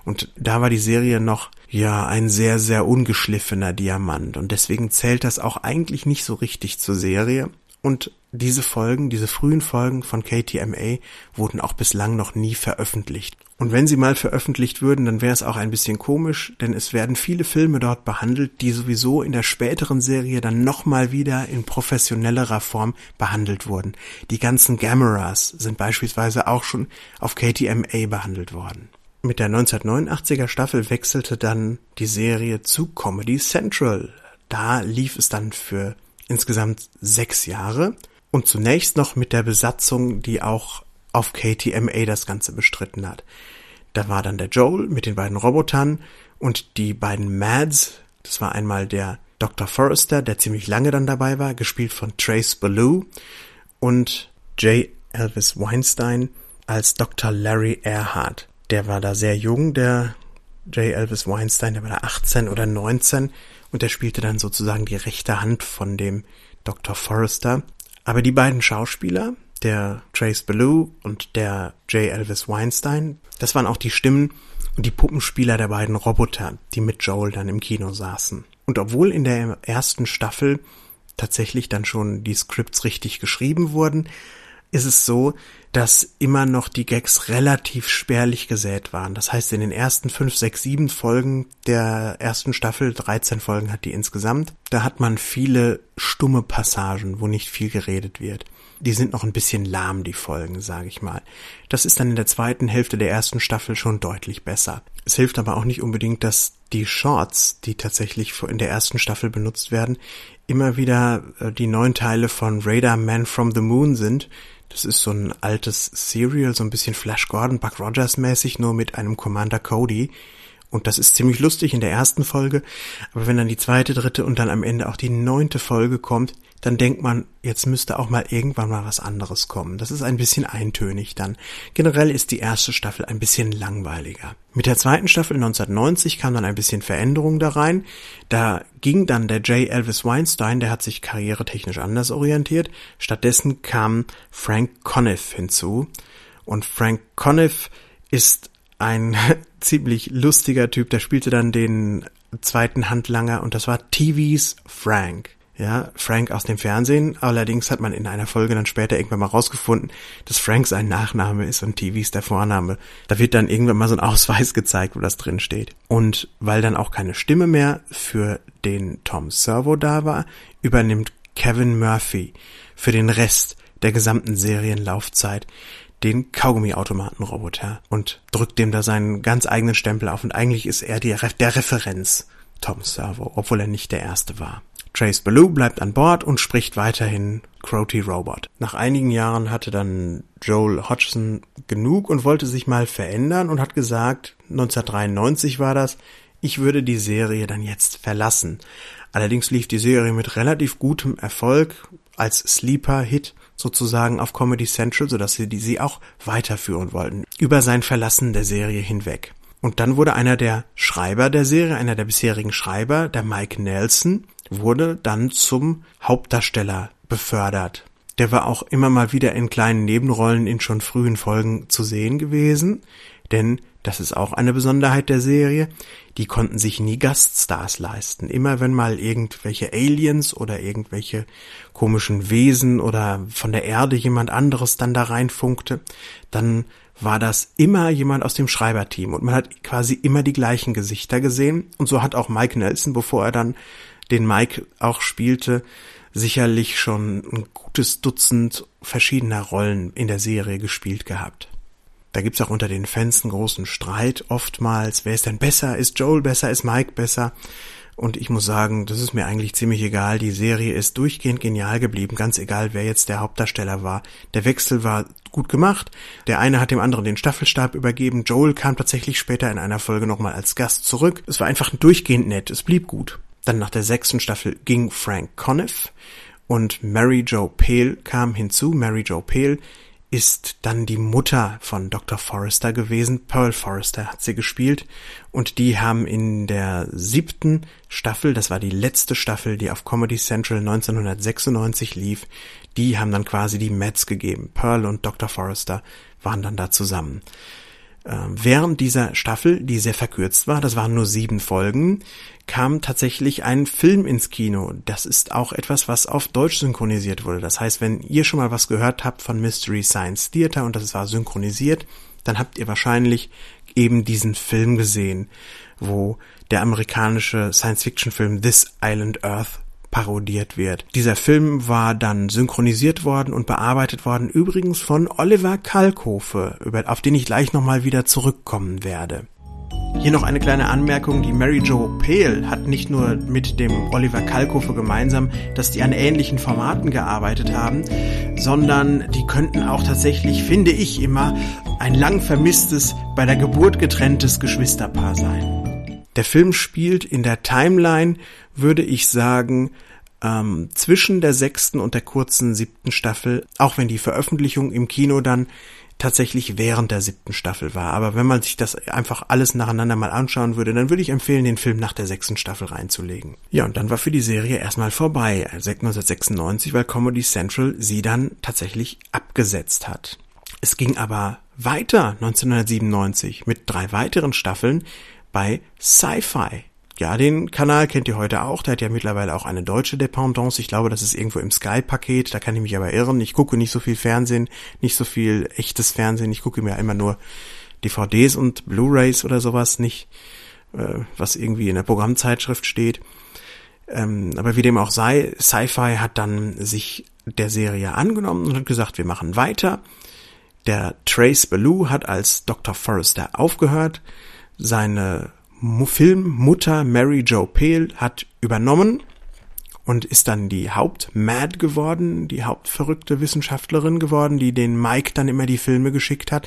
Und da war die Serie noch, ja, ein sehr, sehr ungeschliffener Diamant. Und deswegen zählt das auch eigentlich nicht so richtig zur Serie. Und diese Folgen, diese frühen Folgen von K T M A wurden auch bislang noch nie veröffentlicht. Und wenn sie mal veröffentlicht würden, dann wäre es auch ein bisschen komisch, denn es werden viele Filme dort behandelt, die sowieso in der späteren Serie dann nochmal wieder in professionellerer Form behandelt wurden. Die ganzen Gameras sind beispielsweise auch schon auf K T M A behandelt worden. Mit der neunzehnhundertneunundachtziger Staffel wechselte dann die Serie zu Comedy Central. Da lief es dann für insgesamt sechs Jahre und zunächst noch mit der Besatzung, die auch auf K T M A das Ganze bestritten hat. Da war dann der Joel mit den beiden Robotern und die beiden Mads. Das war einmal der Doktor Forrester, der ziemlich lange dann dabei war, gespielt von Trace Ballou, und J. Elvis Weinstein als Doktor Larry Earhart. Der war da sehr jung, der J. Elvis Weinstein, der war da achtzehn oder neunzehn und der spielte dann sozusagen die rechte Hand von dem Doktor Forrester. Aber die beiden Schauspieler, der Trace Ballou und der J. Elvis Weinstein, das waren auch die Stimmen und die Puppenspieler der beiden Roboter, die mit Joel dann im Kino saßen. Und obwohl in der ersten Staffel tatsächlich dann schon die Scripts richtig geschrieben wurden, ist es so, dass immer noch die Gags relativ spärlich gesät waren. Das heißt, in den ersten fünf, sechs, sieben Folgen der ersten Staffel, dreizehn Folgen hat die insgesamt, da hat man viele stumme Passagen, wo nicht viel geredet wird. Die sind noch ein bisschen lahm, die Folgen, sage ich mal. Das ist dann in der zweiten Hälfte der ersten Staffel schon deutlich besser. Es hilft aber auch nicht unbedingt, dass die Shorts, die tatsächlich in der ersten Staffel benutzt werden, immer wieder die neun Teile von Radar Man from the Moon sind. Das ist so ein altes Serial, so ein bisschen Flash Gordon, Buck Rogers mäßig, nur mit einem Commander Cody. Und das ist ziemlich lustig in der ersten Folge. Aber wenn dann die zweite, dritte und dann am Ende auch die neunte Folge kommt, dann denkt man, jetzt müsste auch mal irgendwann mal was anderes kommen. Das ist ein bisschen eintönig dann. Generell ist die erste Staffel ein bisschen langweiliger. Mit der zweiten Staffel neunzehnhundertneunzig kam dann ein bisschen Veränderung da rein. Da ging dann der J. Elvis Weinstein, der hat sich karrieretechnisch anders orientiert. Stattdessen kam Frank Conniff hinzu. Und Frank Conniff ist ein ziemlich lustiger Typ, der spielte dann den zweiten Handlanger und das war T Vs Frank. Ja, Frank aus dem Fernsehen. Allerdings hat man in einer Folge dann später irgendwann mal rausgefunden, dass Frank sein Nachname ist und T Vs der Vorname. Da wird dann irgendwann mal so ein Ausweis gezeigt, wo das drin steht. Und weil dann auch keine Stimme mehr für den Tom Servo da war, übernimmt Kevin Murphy für den Rest der gesamten Serienlaufzeit den Kaugummiautomatenroboter und drückt dem da seinen ganz eigenen Stempel auf. Und eigentlich ist er die Re- der Referenz Tom Servo, obwohl er nicht der Erste war. Trace Ballou bleibt an Bord und spricht weiterhin Crotty Robot. Nach einigen Jahren hatte dann Joel Hodgson genug und wollte sich mal verändern und hat gesagt, neunzehnhundertdreiundneunzig war das, ich würde die Serie dann jetzt verlassen. Allerdings lief die Serie mit relativ gutem Erfolg als Sleeper-Hit sozusagen auf Comedy Central, sodass sie die sie auch weiterführen wollten, über sein Verlassen der Serie hinweg. Und dann wurde einer der Schreiber der Serie, einer der bisherigen Schreiber, der Mike Nelson, wurde dann zum Hauptdarsteller befördert. Der war auch immer mal wieder in kleinen Nebenrollen in schon frühen Folgen zu sehen gewesen, denn das ist auch eine Besonderheit der Serie, die konnten sich nie Gaststars leisten. Immer wenn mal irgendwelche Aliens oder irgendwelche komischen Wesen oder von der Erde jemand anderes dann da reinfunkte, dann war das immer jemand aus dem Schreiberteam und man hat quasi immer die gleichen Gesichter gesehen und so hat auch Mike Nelson, bevor er dann den Mike auch spielte, sicherlich schon ein gutes Dutzend verschiedener Rollen in der Serie gespielt gehabt. Da gibt's auch unter den Fans einen großen Streit oftmals, wer ist denn besser, ist Joel besser, ist Mike besser? Und ich muss sagen, das ist mir eigentlich ziemlich egal, die Serie ist durchgehend genial geblieben, ganz egal, wer jetzt der Hauptdarsteller war. Der Wechsel war gut gemacht, der eine hat dem anderen den Staffelstab übergeben, Joel kam tatsächlich später in einer Folge nochmal als Gast zurück, es war einfach durchgehend nett, es blieb gut. Dann nach der sechsten Staffel ging Frank Conniff und Mary Jo Pehl kam hinzu. Mary Jo Pehl ist dann die Mutter von Doktor Forrester gewesen. Pearl Forrester hat sie gespielt und die haben in der siebten Staffel, das war die letzte Staffel, die auf Comedy Central neunzehnhundertsechsundneunzig lief, die haben dann quasi die Mads gegeben. Pearl und Doktor Forrester waren dann da zusammen. Während dieser Staffel, die sehr verkürzt war, das waren nur sieben Folgen, kam tatsächlich ein Film ins Kino. Das ist auch etwas, was auf Deutsch synchronisiert wurde. Das heißt, wenn ihr schon mal was gehört habt von Mystery Science Theater und das war synchronisiert, dann habt ihr wahrscheinlich eben diesen Film gesehen, wo der amerikanische Science-Fiction-Film This Island Earth parodiert wird. Dieser Film war dann synchronisiert worden und bearbeitet worden, übrigens von Oliver Kalkofe, über, auf den ich gleich nochmal wieder zurückkommen werde. Hier noch eine kleine Anmerkung, die Mary Jo Pehl hat nicht nur mit dem Oliver Kalkofe gemeinsam, dass die an ähnlichen Formaten gearbeitet haben, sondern die könnten auch tatsächlich, finde ich immer, ein lang vermisstes, bei der Geburt getrenntes Geschwisterpaar sein. Der Film spielt in der Timeline, würde ich sagen, ähm, zwischen der sechsten und der kurzen siebten Staffel, auch wenn die Veröffentlichung im Kino dann tatsächlich während der siebten Staffel war. Aber wenn man sich das einfach alles nacheinander mal anschauen würde, dann würde ich empfehlen, den Film nach der sechsten Staffel reinzulegen. Ja, und dann war für die Serie erstmal vorbei, neunzehnhundertsechsundneunzig, weil Comedy Central sie dann tatsächlich abgesetzt hat. Es ging aber weiter neunzehnhundertsiebenundneunzig mit drei weiteren Staffeln bei Sci-Fi. Ja, den Kanal kennt ihr heute auch, der hat ja mittlerweile auch eine deutsche Dependance, ich glaube, das ist irgendwo im Sky-Paket, da kann ich mich aber irren, ich gucke nicht so viel Fernsehen, nicht so viel echtes Fernsehen, ich gucke mir immer nur D V Ds und Blu-Rays oder sowas, nicht äh, was irgendwie in der Programmzeitschrift steht, ähm, aber wie dem auch sei, Sci-Fi hat dann sich der Serie angenommen und hat gesagt, wir machen weiter. Der Trace Bellew hat als Doktor Forrester aufgehört, seine Filmmutter Mary Jo Pehl hat übernommen und ist dann die Haupt-Mad geworden, die hauptverrückte Wissenschaftlerin geworden, die den Mike dann immer die Filme geschickt hat.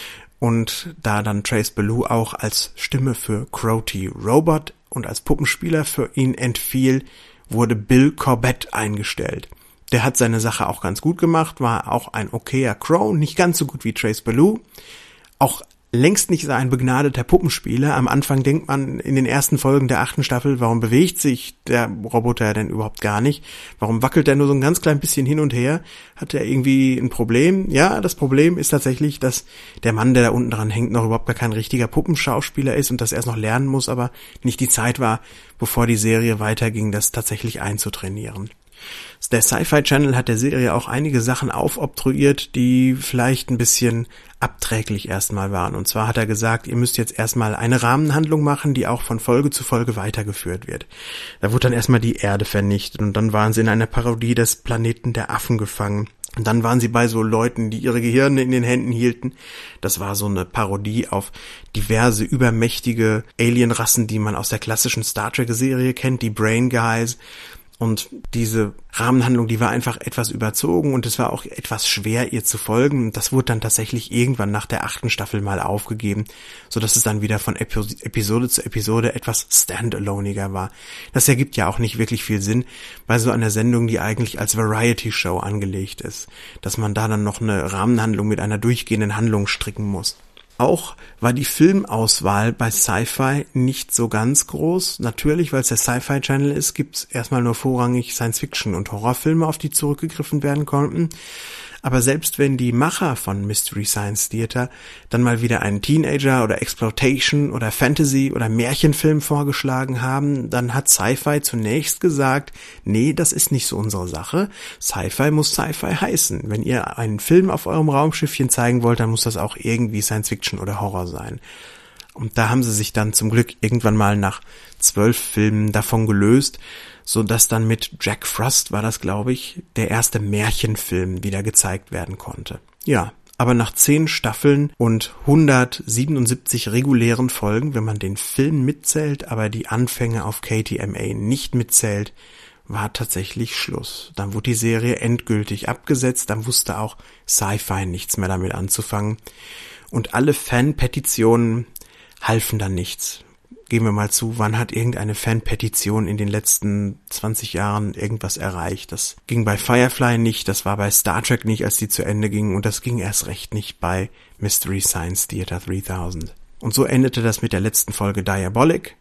Und da dann Trace Bellew auch als Stimme für Crow T. Robot und als Puppenspieler für ihn entfiel, wurde Bill Corbett eingestellt. Der hat seine Sache auch ganz gut gemacht, war auch ein okayer Crow, nicht ganz so gut wie Trace Bellew, auch längst nicht so ein begnadeter Puppenspieler. Am Anfang denkt man in den ersten Folgen der achten Staffel, warum bewegt sich der Roboter denn überhaupt gar nicht? Warum wackelt er nur so ein ganz klein bisschen hin und her? Hat er irgendwie ein Problem? Ja, das Problem ist tatsächlich, dass der Mann, der da unten dran hängt, noch überhaupt gar kein richtiger Puppenschauspieler ist und dass er es noch lernen muss, aber nicht die Zeit war, bevor die Serie weiterging, das tatsächlich einzutrainieren. Der Sci-Fi Channel hat der Serie auch einige Sachen aufoktroyiert, die vielleicht ein bisschen abträglich erstmal waren. Und zwar hat er gesagt, ihr müsst jetzt erstmal eine Rahmenhandlung machen, die auch von Folge zu Folge weitergeführt wird. Da wurde dann erstmal die Erde vernichtet und dann waren sie in einer Parodie des Planeten der Affen gefangen. Und dann waren sie bei so Leuten, die ihre Gehirne in den Händen hielten. Das war so eine Parodie auf diverse übermächtige Alienrassen, die man aus der klassischen Star Trek-Serie kennt, die Brain Guys. Und diese Rahmenhandlung, die war einfach etwas überzogen und es war auch etwas schwer, ihr zu folgen. Das wurde dann tatsächlich irgendwann nach der achten Staffel mal aufgegeben, so dass es dann wieder von Episode zu Episode etwas standaloniger war. Das ergibt ja auch nicht wirklich viel Sinn bei so einer Sendung, die eigentlich als Variety-Show angelegt ist, dass man da dann noch eine Rahmenhandlung mit einer durchgehenden Handlung stricken muss. Auch war die Filmauswahl bei Sci-Fi nicht so ganz groß. Natürlich, weil es der Sci-Fi Channel ist, gibt es erstmal nur vorrangig Science-Fiction- und Horrorfilme, auf die zurückgegriffen werden konnten. Aber selbst wenn die Macher von Mystery Science Theater dann mal wieder einen Teenager- oder Exploitation- oder Fantasy- oder Märchenfilm vorgeschlagen haben, dann hat Sci-Fi zunächst gesagt, nee, das ist nicht so unsere Sache. Sci-Fi muss Sci-Fi heißen. Wenn ihr einen Film auf eurem Raumschiffchen zeigen wollt, dann muss das auch irgendwie Science-Fiction oder Horror sein. Und da haben sie sich dann zum Glück irgendwann mal nach zwölf Filmen davon gelöst, so dass dann mit Jack Frost, war das glaube ich, der erste Märchenfilm wieder gezeigt werden konnte. Ja, aber nach zehn Staffeln und hundertsiebenundsiebzig regulären Folgen, wenn man den Film mitzählt, aber die Anfänge auf K T M A nicht mitzählt, war tatsächlich Schluss. Dann wurde die Serie endgültig abgesetzt, dann wusste auch Sci-Fi nichts mehr damit anzufangen. Und alle Fanpetitionen halfen dann nichts. Gehen wir mal zu, wann hat irgendeine Fanpetition in den letzten zwanzig Jahren irgendwas erreicht? Das ging bei Firefly nicht, das war bei Star Trek nicht, als die zu Ende ging, und das ging erst recht nicht bei Mystery Science Theater dreitausend. Und so endete das mit der letzten Folge Diabolic,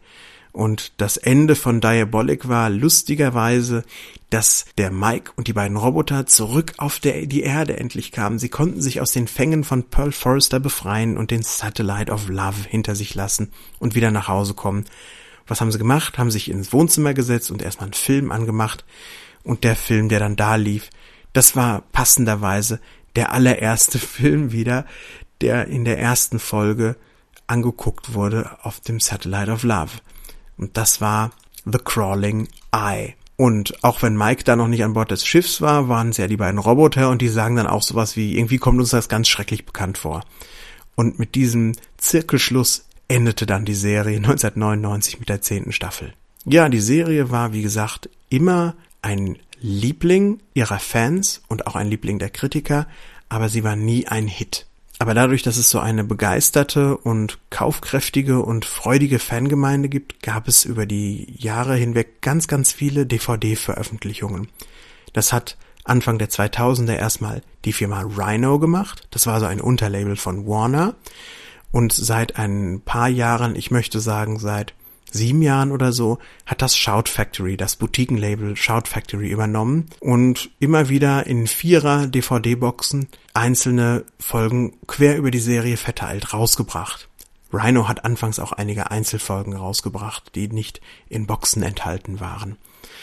Und das Ende von Diabolik war lustigerweise, dass der Mike und die beiden Roboter zurück auf der, die Erde endlich kamen. Sie konnten sich aus den Fängen von Pearl Forrester befreien und den Satellite of Love hinter sich lassen und wieder nach Hause kommen. Was haben sie gemacht? Haben sich ins Wohnzimmer gesetzt und erstmal einen Film angemacht. Und der Film, der dann da lief, das war passenderweise der allererste Film wieder, der in der ersten Folge angeguckt wurde auf dem Satellite of Love. Und das war The Crawling Eye. Und auch wenn Mike da noch nicht an Bord des Schiffs war, waren es ja die beiden Roboter und die sagen dann auch sowas wie, irgendwie kommt uns das ganz schrecklich bekannt vor. Und mit diesem Zirkelschluss endete dann die Serie neunzehnhundertneunundneunzig mit der zehnten Staffel. Ja, die Serie war, wie gesagt, immer ein Liebling ihrer Fans und auch ein Liebling der Kritiker, aber sie war nie ein Hit. Aber dadurch, dass es so eine begeisterte und kaufkräftige und freudige Fangemeinde gibt, gab es über die Jahre hinweg ganz, ganz viele D V D-Veröffentlichungen. Das hat Anfang der zweitausender erstmal die Firma Rhino gemacht. Das war so ein Unterlabel von Warner. Und seit ein paar Jahren, ich möchte sagen seit sieben Jahren oder so, hat das Shout Factory, das Boutiquenlabel Shout Factory übernommen und immer wieder in Vierer D V D-Boxen einzelne Folgen quer über die Serie verteilt rausgebracht. Rhino hat anfangs auch einige Einzelfolgen rausgebracht, die nicht in Boxen enthalten waren.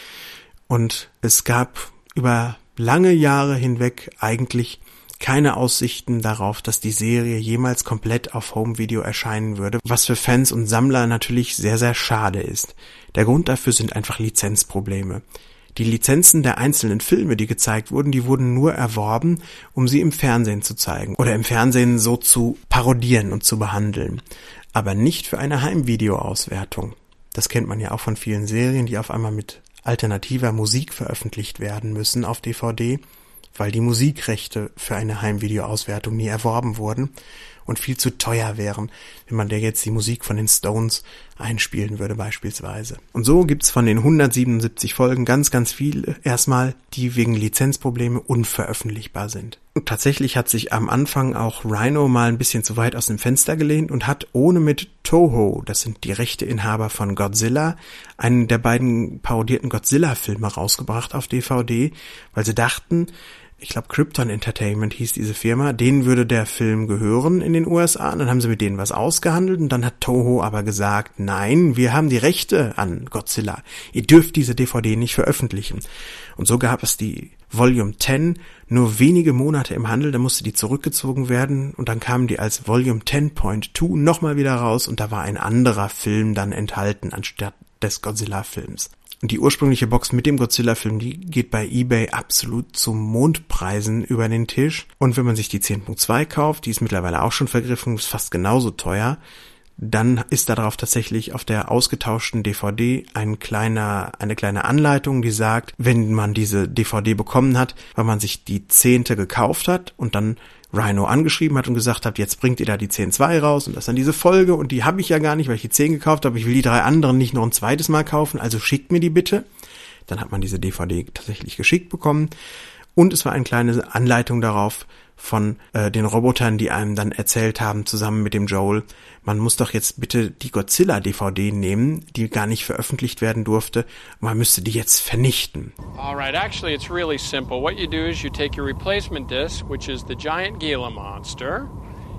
Und es gab über lange Jahre hinweg eigentlich keine Aussichten darauf, dass die Serie jemals komplett auf Home-Video erscheinen würde, was für Fans und Sammler natürlich sehr, sehr schade ist. Der Grund dafür sind einfach Lizenzprobleme. Die Lizenzen der einzelnen Filme, die gezeigt wurden, die wurden nur erworben, um sie im Fernsehen zu zeigen oder im Fernsehen so zu parodieren und zu behandeln, aber nicht für eine Heimvideo-Auswertung. Das kennt man ja auch von vielen Serien, die auf einmal mit alternativer Musik veröffentlicht werden müssen auf D V D, weil die Musikrechte für eine Heimvideo-Auswertung nie erworben wurden und viel zu teuer wären, wenn man der jetzt die Musik von den Stones einspielen würde beispielsweise. Und so gibt's von den hundertsiebenundsiebzig Folgen ganz, ganz viele erstmal, die wegen Lizenzprobleme unveröffentlichbar sind. Und tatsächlich hat sich am Anfang auch Rhino mal ein bisschen zu weit aus dem Fenster gelehnt und hat ohne mit Toho, das sind die Rechteinhaber von Godzilla, einen der beiden parodierten Godzilla-Filme rausgebracht auf D V D, weil sie dachten, ich glaube Krypton Entertainment hieß diese Firma, denen würde der Film gehören in den U S A, und dann haben sie mit denen was ausgehandelt und dann hat Toho aber gesagt, nein, wir haben die Rechte an Godzilla, ihr dürft diese D V D nicht veröffentlichen. Und so gab es die Volume zehn nur wenige Monate im Handel, da musste die zurückgezogen werden und dann kamen die als Volume zehn Punkt zwei nochmal wieder raus und da war ein anderer Film dann enthalten anstatt des Godzilla-Films. Und die ursprüngliche Box mit dem Godzilla-Film, die geht bei eBay absolut zu Mondpreisen über den Tisch. Und wenn man sich die zehn Punkt zwei kauft, die ist mittlerweile auch schon vergriffen, ist fast genauso teuer, dann ist darauf tatsächlich auf der ausgetauschten D V D ein kleiner, eine kleine Anleitung, die sagt, wenn man diese D V D bekommen hat, weil man sich die zehnte gekauft hat und dann Rhino angeschrieben hat und gesagt hat, jetzt bringt ihr da die zehn Punkt zwei raus und das ist dann diese Folge und die habe ich ja gar nicht, weil ich die zehn gekauft habe, ich will die drei anderen nicht noch ein zweites Mal kaufen, also schickt mir die bitte. Dann hat man diese D V D tatsächlich geschickt bekommen und es war eine kleine Anleitung darauf von äh, den Robotern, die einem dann erzählt haben, zusammen mit dem Joel, man muss doch jetzt bitte die Godzilla-D V D nehmen, die gar nicht veröffentlicht werden durfte, man müsste die jetzt vernichten. Alright, actually it's really simple. What you do is you take your replacement disc, which is the giant Gila monster,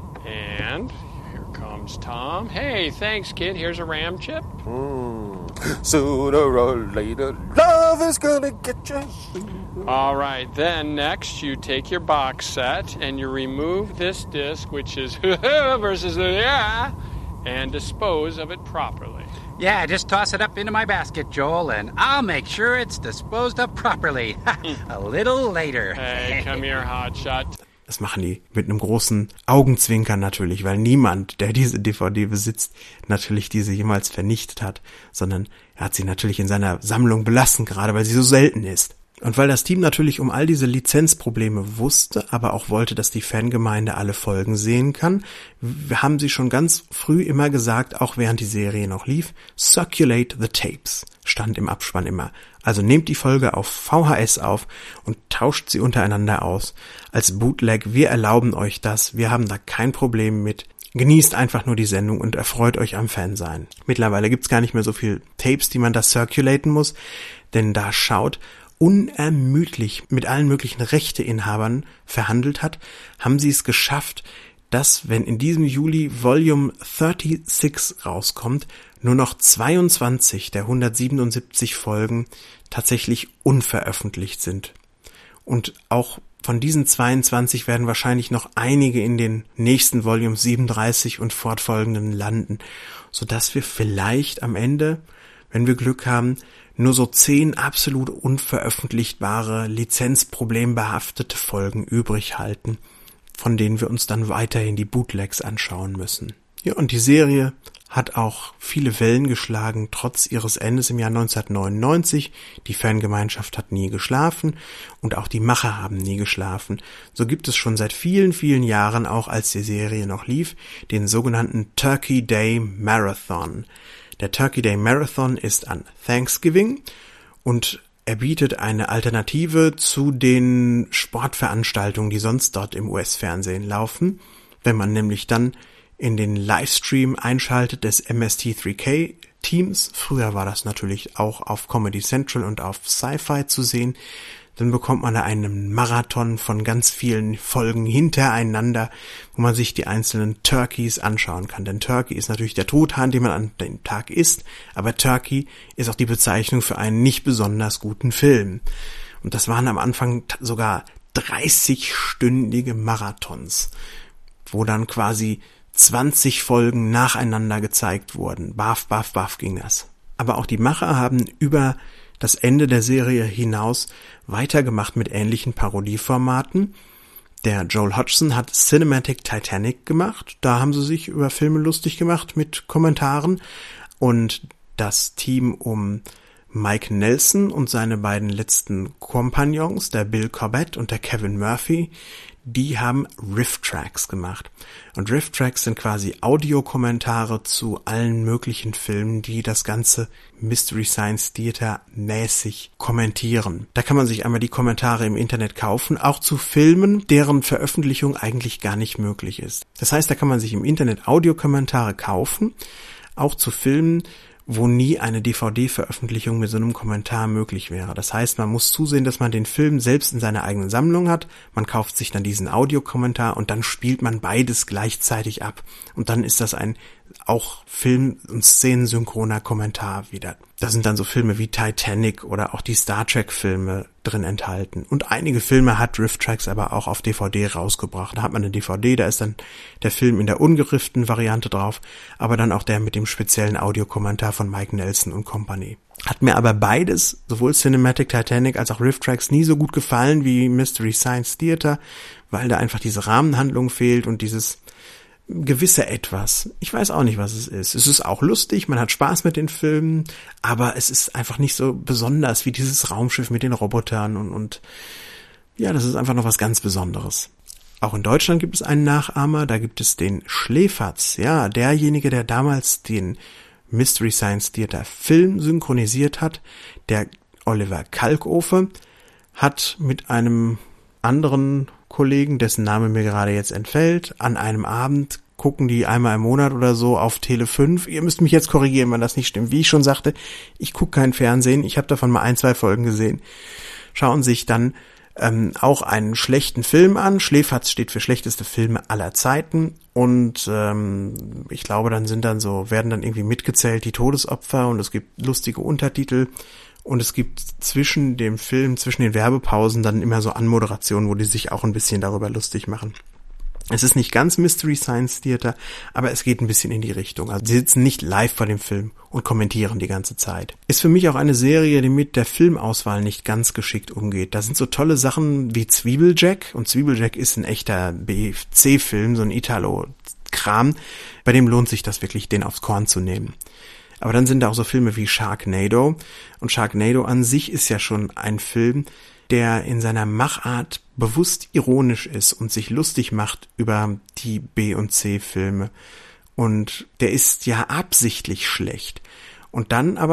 and here comes Tom. Hey, thanks kid, here's a RAM chip. Mm. Sooner or later, love is gonna get you. Alright, then next you take your box set and you remove this disc, which is versus the yeah, and dispose of it properly. Yeah, just toss it up into my basket, Joel, and I'll make sure it's disposed of properly. A little later. Hey, come here, hotshot. Das machen die mit einem großen Augenzwinkern natürlich, weil niemand, der diese D V D besitzt, natürlich diese jemals vernichtet hat, sondern er hat sie natürlich in seiner Sammlung belassen, gerade weil sie so selten ist. Und weil das Team natürlich um all diese Lizenzprobleme wusste, aber auch wollte, dass die Fangemeinde alle Folgen sehen kann, haben sie schon ganz früh immer gesagt, auch während die Serie noch lief, circulate the tapes, stand im Abspann immer. Also nehmt die Folge auf V H S auf und tauscht sie untereinander aus. Als Bootleg, wir erlauben euch das, wir haben da kein Problem mit. Genießt einfach nur die Sendung und erfreut euch am Fansein. Mittlerweile gibt's gar nicht mehr so viel Tapes, die man da circulaten muss, denn da Shout unermüdlich mit allen möglichen Rechteinhabern verhandelt hat, haben sie es geschafft, dass, wenn in diesem Juli Volume sechsunddreißig rauskommt, nur noch zweiundzwanzig der hundertsiebenundsiebzig Folgen tatsächlich unveröffentlicht sind. Und auch von diesen zweiundzwanzig werden wahrscheinlich noch einige in den nächsten Volumes siebenunddreißig und fortfolgenden landen, sodass wir vielleicht am Ende, wenn wir Glück haben, nur so zehn absolut unveröffentlichtbare, lizenzproblembehaftete Folgen übrig halten, von denen wir uns dann weiterhin die Bootlegs anschauen müssen. Ja, und die Serie hat auch viele Wellen geschlagen, trotz ihres Endes im Jahr neunzehnhundertneunundneunzig. Die Fangemeinschaft hat nie geschlafen und auch die Macher haben nie geschlafen. So gibt es schon seit vielen, vielen Jahren, auch als die Serie noch lief, den sogenannten Turkey Day Marathon. Der Turkey Day Marathon ist an Thanksgiving und er bietet eine Alternative zu den Sportveranstaltungen, die sonst dort im U S-Fernsehen laufen, wenn man nämlich dann in den Livestream einschaltet des M S T drei K Teams. Früher war das natürlich auch auf Comedy Central und auf Sci-Fi zu sehen. Dann bekommt man da einen Marathon von ganz vielen Folgen hintereinander, wo man sich die einzelnen Turkeys anschauen kann. Denn Turkey ist natürlich der Truthahn, den man an dem Tag isst, aber Turkey ist auch die Bezeichnung für einen nicht besonders guten Film. Und das waren am Anfang t- sogar dreißigstündige Marathons, wo dann quasi zwanzig Folgen nacheinander gezeigt wurden. Baff, baff, baff ging das. Aber auch die Macher haben über das Ende der Serie hinaus weitergemacht mit ähnlichen Parodieformaten. Der Joel Hodgson hat Cinematic Titanic gemacht. Da haben sie sich über Filme lustig gemacht mit Kommentaren. Und das Team um Mike Nelson und seine beiden letzten Kompagnons, der Bill Corbett und der Kevin Murphy, die haben Riff-Tracks gemacht. Und Riff-Tracks sind quasi Audiokommentare zu allen möglichen Filmen, die das ganze Mystery Science Theater mäßig kommentieren. Da kann man sich einmal die Kommentare im Internet kaufen, auch zu Filmen, deren Veröffentlichung eigentlich gar nicht möglich ist. Das heißt, da kann man sich im Internet Audiokommentare kaufen, auch zu Filmen, wo nie eine D V D-Veröffentlichung mit so einem Kommentar möglich wäre. Das heißt, man muss zusehen, dass man den Film selbst in seiner eigenen Sammlung hat, man kauft sich dann diesen Audiokommentar und dann spielt man beides gleichzeitig ab. Und dann ist das ein auch Film- und Szenensynchroner Kommentar wieder. Da sind dann so Filme wie Titanic oder auch die Star Trek-Filme drin enthalten. Und einige Filme hat Riff-Tracks aber auch auf D V D rausgebracht. Da hat man eine D V D, da ist dann der Film in der ungerifften Variante drauf, aber dann auch der mit dem speziellen Audiokommentar von Mike Nelson und Company. Hat mir aber beides, sowohl Cinematic Titanic als auch Riff-Tracks, nie so gut gefallen wie Mystery Science Theater, weil da einfach diese Rahmenhandlung fehlt und dieses gewisse Etwas. Ich weiß auch nicht, was es ist. Es ist auch lustig, man hat Spaß mit den Filmen, aber es ist einfach nicht so besonders wie dieses Raumschiff mit den Robotern und, und ja, das ist einfach noch was ganz Besonderes. Auch in Deutschland gibt es einen Nachahmer, da gibt es den Schläferz, ja, derjenige, der damals den Mystery Science Theater Film synchronisiert hat, der Oliver Kalkofe, hat mit einem anderen Kollegen, dessen Name mir gerade jetzt entfällt, an einem Abend gucken die einmal im Monat oder so auf Tele fünf. Ihr müsst mich jetzt korrigieren, wenn das nicht stimmt. Wie ich schon sagte, ich gucke kein Fernsehen, ich habe davon mal ein, zwei Folgen gesehen. Schauen sich dann ähm, auch einen schlechten Film an. Schläferz steht für schlechteste Filme aller Zeiten und ähm, ich glaube, dann sind dann so, werden dann irgendwie mitgezählt die Todesopfer und es gibt lustige Untertitel. Und es gibt zwischen dem Film, zwischen den Werbepausen dann immer so Anmoderationen, wo die sich auch ein bisschen darüber lustig machen. Es ist nicht ganz Mystery Science Theater, aber es geht ein bisschen in die Richtung. Also sie sitzen nicht live vor dem Film und kommentieren die ganze Zeit. Ist für mich auch eine Serie, die mit der Filmauswahl nicht ganz geschickt umgeht. Da sind so tolle Sachen wie Zwiebeljack. Und Zwiebeljack ist ein echter B C-Film, so ein Italo-Kram. Bei dem lohnt sich das wirklich, den aufs Korn zu nehmen. Aber dann sind da auch so Filme wie Sharknado. Und Sharknado an sich ist ja schon ein Film, der in seiner Machart bewusst ironisch ist und sich lustig macht über die B- und C-Filme. Und der ist ja absichtlich schlecht. Und dann aber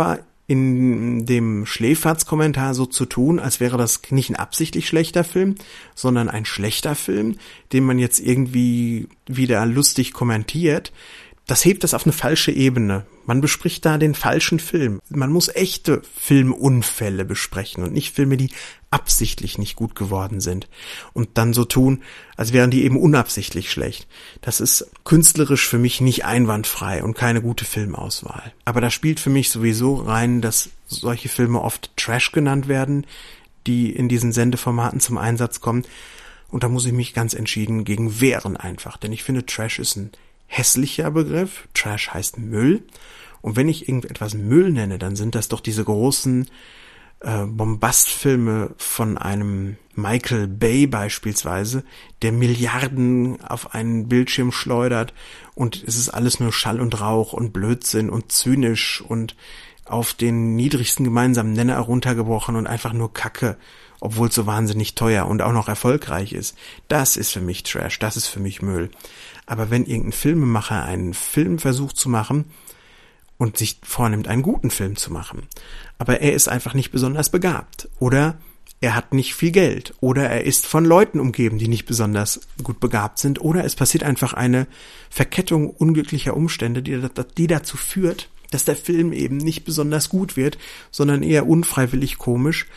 in dem Schläferz-Kommentar so zu tun, als wäre das nicht ein absichtlich schlechter Film, sondern ein schlechter Film, den man jetzt irgendwie wieder lustig kommentiert. Das hebt das auf eine falsche Ebene. Man bespricht da den falschen Film. Man muss echte Filmunfälle besprechen und nicht Filme, die absichtlich nicht gut geworden sind. Und dann so tun, als wären die eben unabsichtlich schlecht. Das ist künstlerisch für mich nicht einwandfrei und keine gute Filmauswahl. Aber da spielt für mich sowieso rein, dass solche Filme oft Trash genannt werden, die in diesen Sendeformaten zum Einsatz kommen. Und da muss ich mich ganz entschieden gegen wehren einfach. Denn ich finde, Trash ist ein hässlicher Begriff. Trash heißt Müll. Und wenn ich irgendetwas Müll nenne, dann sind das doch diese großen äh, Bombastfilme von einem Michael Bay beispielsweise, der Milliarden auf einen Bildschirm schleudert und es ist alles nur Schall und Rauch und Blödsinn und zynisch und auf den niedrigsten gemeinsamen Nenner heruntergebrochen und einfach nur Kacke, obwohl es so wahnsinnig teuer und auch noch erfolgreich ist. Das ist für mich Trash, das ist für mich Müll. Aber wenn irgendein Filmemacher einen Film versucht zu machen und sich vornimmt, einen guten Film zu machen, aber er ist einfach nicht besonders begabt oder er hat nicht viel Geld oder er ist von Leuten umgeben, die nicht besonders gut begabt sind oder es passiert einfach eine Verkettung unglücklicher Umstände, die, die dazu führt, dass der Film eben nicht besonders gut wird, sondern eher unfreiwillig komisch,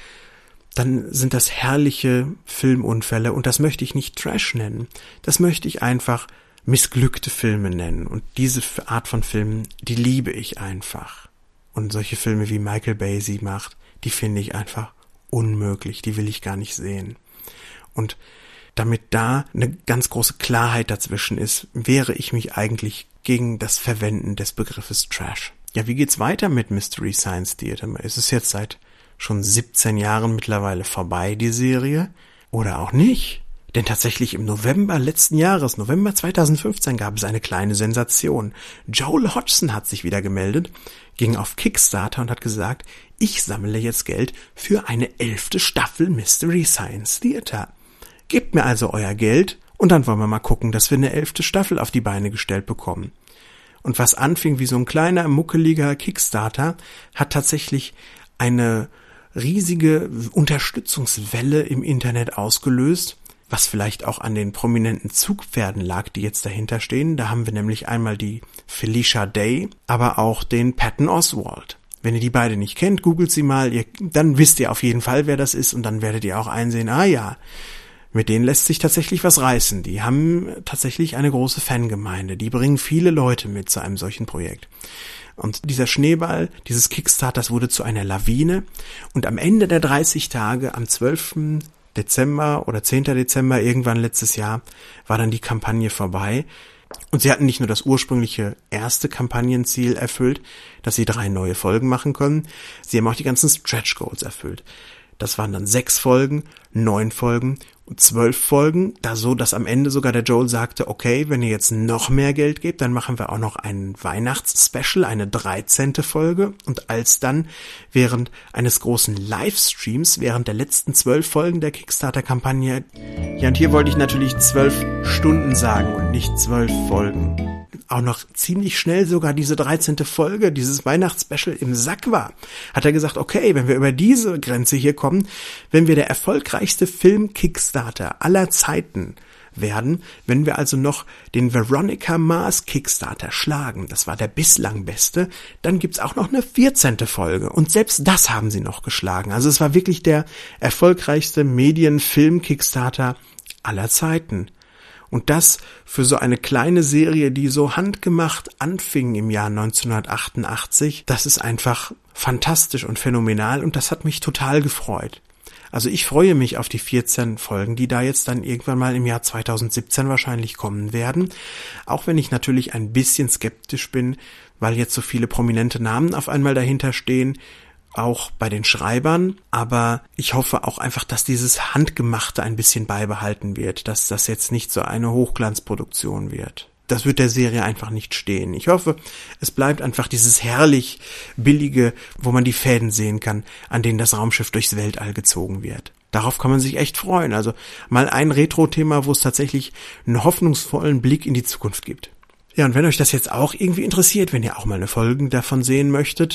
dann sind das herrliche Filmunfälle und das möchte ich nicht Trash nennen. Das möchte ich einfach missglückte Filme nennen und diese Art von Filmen, die liebe ich einfach. Und solche Filme wie Michael Bay sie macht, die finde ich einfach unmöglich, die will ich gar nicht sehen. Und damit da eine ganz große Klarheit dazwischen ist, wehre ich mich eigentlich gegen das Verwenden des Begriffes Trash. Ja, wie geht's weiter mit Mystery Science Theater? Es ist jetzt seit schon siebzehn Jahren mittlerweile vorbei, die Serie, oder auch nicht. Denn tatsächlich im November letzten Jahres, November zweitausendfünfzehn, gab es eine kleine Sensation. Joel Hodgson hat sich wieder gemeldet, ging auf Kickstarter und hat gesagt, ich sammle jetzt Geld für eine elfte Staffel Mystery Science Theater. Gebt mir also euer Geld und dann wollen wir mal gucken, dass wir eine elfte Staffel auf die Beine gestellt bekommen. Und was anfing wie so ein kleiner, muckeliger Kickstarter, hat tatsächlich eine riesige Unterstützungswelle im Internet ausgelöst, was vielleicht auch an den prominenten Zugpferden lag, die jetzt dahinter stehen. Da haben wir nämlich einmal die Felicia Day, aber auch den Patton Oswalt. Wenn ihr die beide nicht kennt, googelt sie mal, ihr, dann wisst ihr auf jeden Fall, wer das ist und dann werdet ihr auch einsehen, ah ja, mit denen lässt sich tatsächlich was reißen. Die haben tatsächlich eine große Fangemeinde, die bringen viele Leute mit zu einem solchen Projekt. Und dieser Schneeball, dieses Kickstarters wurde zu einer Lawine und am Ende der dreißig Tage, am zwölften Dezember oder zehnten Dezember irgendwann letztes Jahr, war dann die Kampagne vorbei. Und sie hatten nicht nur das ursprüngliche erste Kampagnenziel erfüllt, dass sie drei neue Folgen machen können, sie haben auch die ganzen Stretch Goals erfüllt. Das waren dann sechs Folgen, neun Folgen und zwölf Folgen, da so, dass am Ende sogar der Joel sagte, okay, wenn ihr jetzt noch mehr Geld gebt, dann machen wir auch noch ein Weihnachtsspecial, eine dreizehnte Folge und als dann während eines großen Livestreams, während der letzten zwölf Folgen der Kickstarter-Kampagne, ja und hier wollte ich natürlich zwölf Stunden sagen und nicht zwölf Folgen, auch noch ziemlich schnell sogar diese dreizehnte Folge, dieses Weihnachtsspecial im Sack war, hat er gesagt, okay, wenn wir über diese Grenze hier kommen, wenn wir der erfolgreichste Film-Kickstarter aller Zeiten werden, wenn wir also noch den Veronica Mars Kickstarter schlagen, das war der bislang beste, dann gibt's auch noch eine vierzehnte Folge und selbst das haben sie noch geschlagen. Also es war wirklich der erfolgreichste Medien-Film-Kickstarter aller Zeiten. Und das für so eine kleine Serie, die so handgemacht anfing im Jahr neunzehnhundertachtundachtzig, das ist einfach fantastisch und phänomenal und das hat mich total gefreut. Also ich freue mich auf die vierzehn Folgen, die da jetzt dann irgendwann mal im Jahr zweitausendsiebzehn wahrscheinlich kommen werden. Auch wenn ich natürlich ein bisschen skeptisch bin, weil jetzt so viele prominente Namen auf einmal dahinter stehen, auch bei den Schreibern, aber ich hoffe auch einfach, dass dieses Handgemachte ein bisschen beibehalten wird, dass das jetzt nicht so eine Hochglanzproduktion wird. Das wird der Serie einfach nicht stehen. Ich hoffe, es bleibt einfach dieses herrlich billige, wo man die Fäden sehen kann, an denen das Raumschiff durchs Weltall gezogen wird. Darauf kann man sich echt freuen. Also mal ein Retro-Thema, wo es tatsächlich einen hoffnungsvollen Blick in die Zukunft gibt. Ja, und wenn euch das jetzt auch irgendwie interessiert, wenn ihr auch mal eine Folge davon sehen möchtet,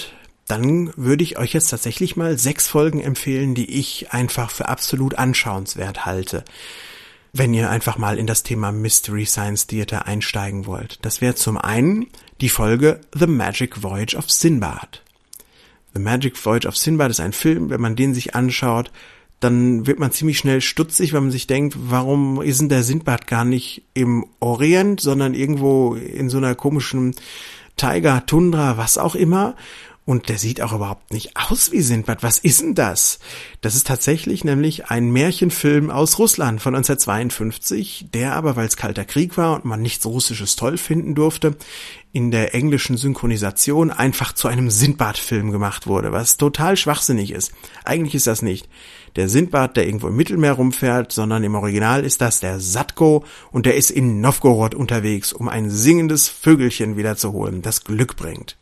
dann würde ich euch jetzt tatsächlich mal sechs Folgen empfehlen, die ich einfach für absolut anschauenswert halte, wenn ihr einfach mal in das Thema Mystery Science Theater einsteigen wollt. Das wäre zum einen die Folge The Magic Voyage of Sinbad. The Magic Voyage of Sinbad ist ein Film, wenn man den sich anschaut, dann wird man ziemlich schnell stutzig, weil man sich denkt, warum ist denn der Sinbad gar nicht im Orient, sondern irgendwo in so einer komischen Taiga, Tundra, was auch immer. Und der sieht auch überhaupt nicht aus wie Sinbad. Was ist denn das? Das ist tatsächlich nämlich ein Märchenfilm aus Russland von neunzehnhundertzweiundfünfzig, der aber, weil es Kalter Krieg war und man nichts Russisches toll finden durfte, in der englischen Synchronisation einfach zu einem Sinbad-Film gemacht wurde, was total schwachsinnig ist. Eigentlich ist das nicht der Sinbad, der irgendwo im Mittelmeer rumfährt, sondern im Original ist das der Satko und der ist in Novgorod unterwegs, um ein singendes Vögelchen wiederzuholen, das Glück bringt.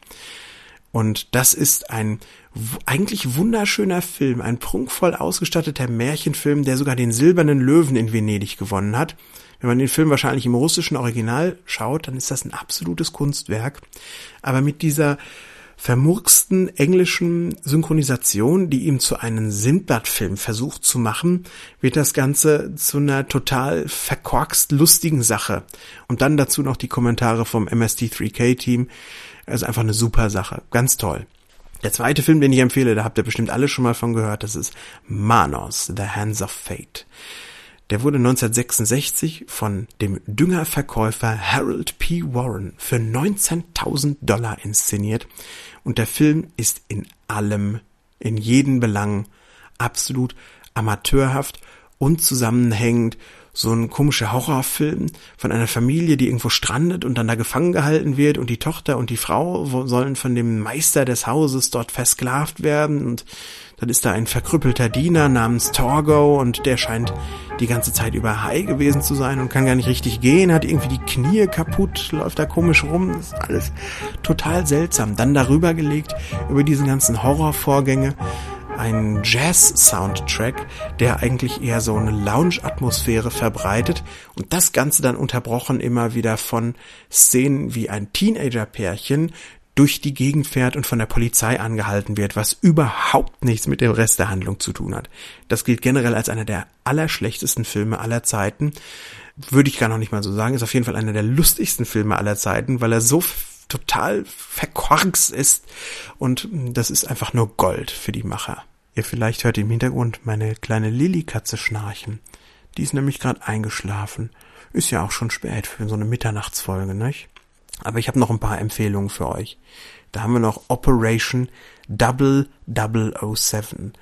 Und das ist ein eigentlich wunderschöner Film, ein prunkvoll ausgestatteter Märchenfilm, der sogar den Silbernen Löwen in Venedig gewonnen hat. Wenn man den Film wahrscheinlich im russischen Original schaut, dann ist das ein absolutes Kunstwerk. Aber mit dieser vermurksten englischen Synchronisation, die ihm zu einem Sinbad-Film versucht zu machen, wird das Ganze zu einer total verkorkst lustigen Sache. Und dann dazu noch die Kommentare vom M S T drei K-Team. Also einfach eine super Sache. Ganz toll. Der zweite Film, den ich empfehle, da habt ihr bestimmt alle schon mal von gehört, das ist Manos, The Hands of Fate. Der wurde neunzehnhundertsechsundsechzig von dem Düngerverkäufer Harold P. Warren für neunzehntausend Dollar inszeniert. Und der Film ist in allem, in jedem Belang absolut amateurhaft und zusammenhängend. So ein komischer Horrorfilm von einer Familie, die irgendwo strandet und dann da gefangen gehalten wird und die Tochter und die Frau sollen von dem Meister des Hauses dort versklavt werden und dann ist da ein verkrüppelter Diener namens Torgo und der scheint die ganze Zeit über high gewesen zu sein und kann gar nicht richtig gehen, hat irgendwie die Knie kaputt, läuft da komisch rum, das ist alles total seltsam. Dann darüber gelegt, über diese ganzen Horrorvorgänge, ein Jazz-Soundtrack, der eigentlich eher so eine Lounge-Atmosphäre verbreitet und das Ganze dann unterbrochen immer wieder von Szenen, wie ein Teenager-Pärchen durch die Gegend fährt und von der Polizei angehalten wird, was überhaupt nichts mit dem Rest der Handlung zu tun hat. Das gilt generell als einer der allerschlechtesten Filme aller Zeiten. Würde ich gar noch nicht mal so sagen. Ist auf jeden Fall einer der lustigsten Filme aller Zeiten, weil er so total verkorkst ist und das ist einfach nur Gold für die Macher. Ihr vielleicht hört im Hintergrund meine kleine Lilly-Katze schnarchen. Die ist nämlich gerade eingeschlafen. Ist ja auch schon spät für so eine Mitternachtsfolge, nicht? Aber ich habe noch ein paar Empfehlungen für euch. Da haben wir noch Operation Double Double O Seven.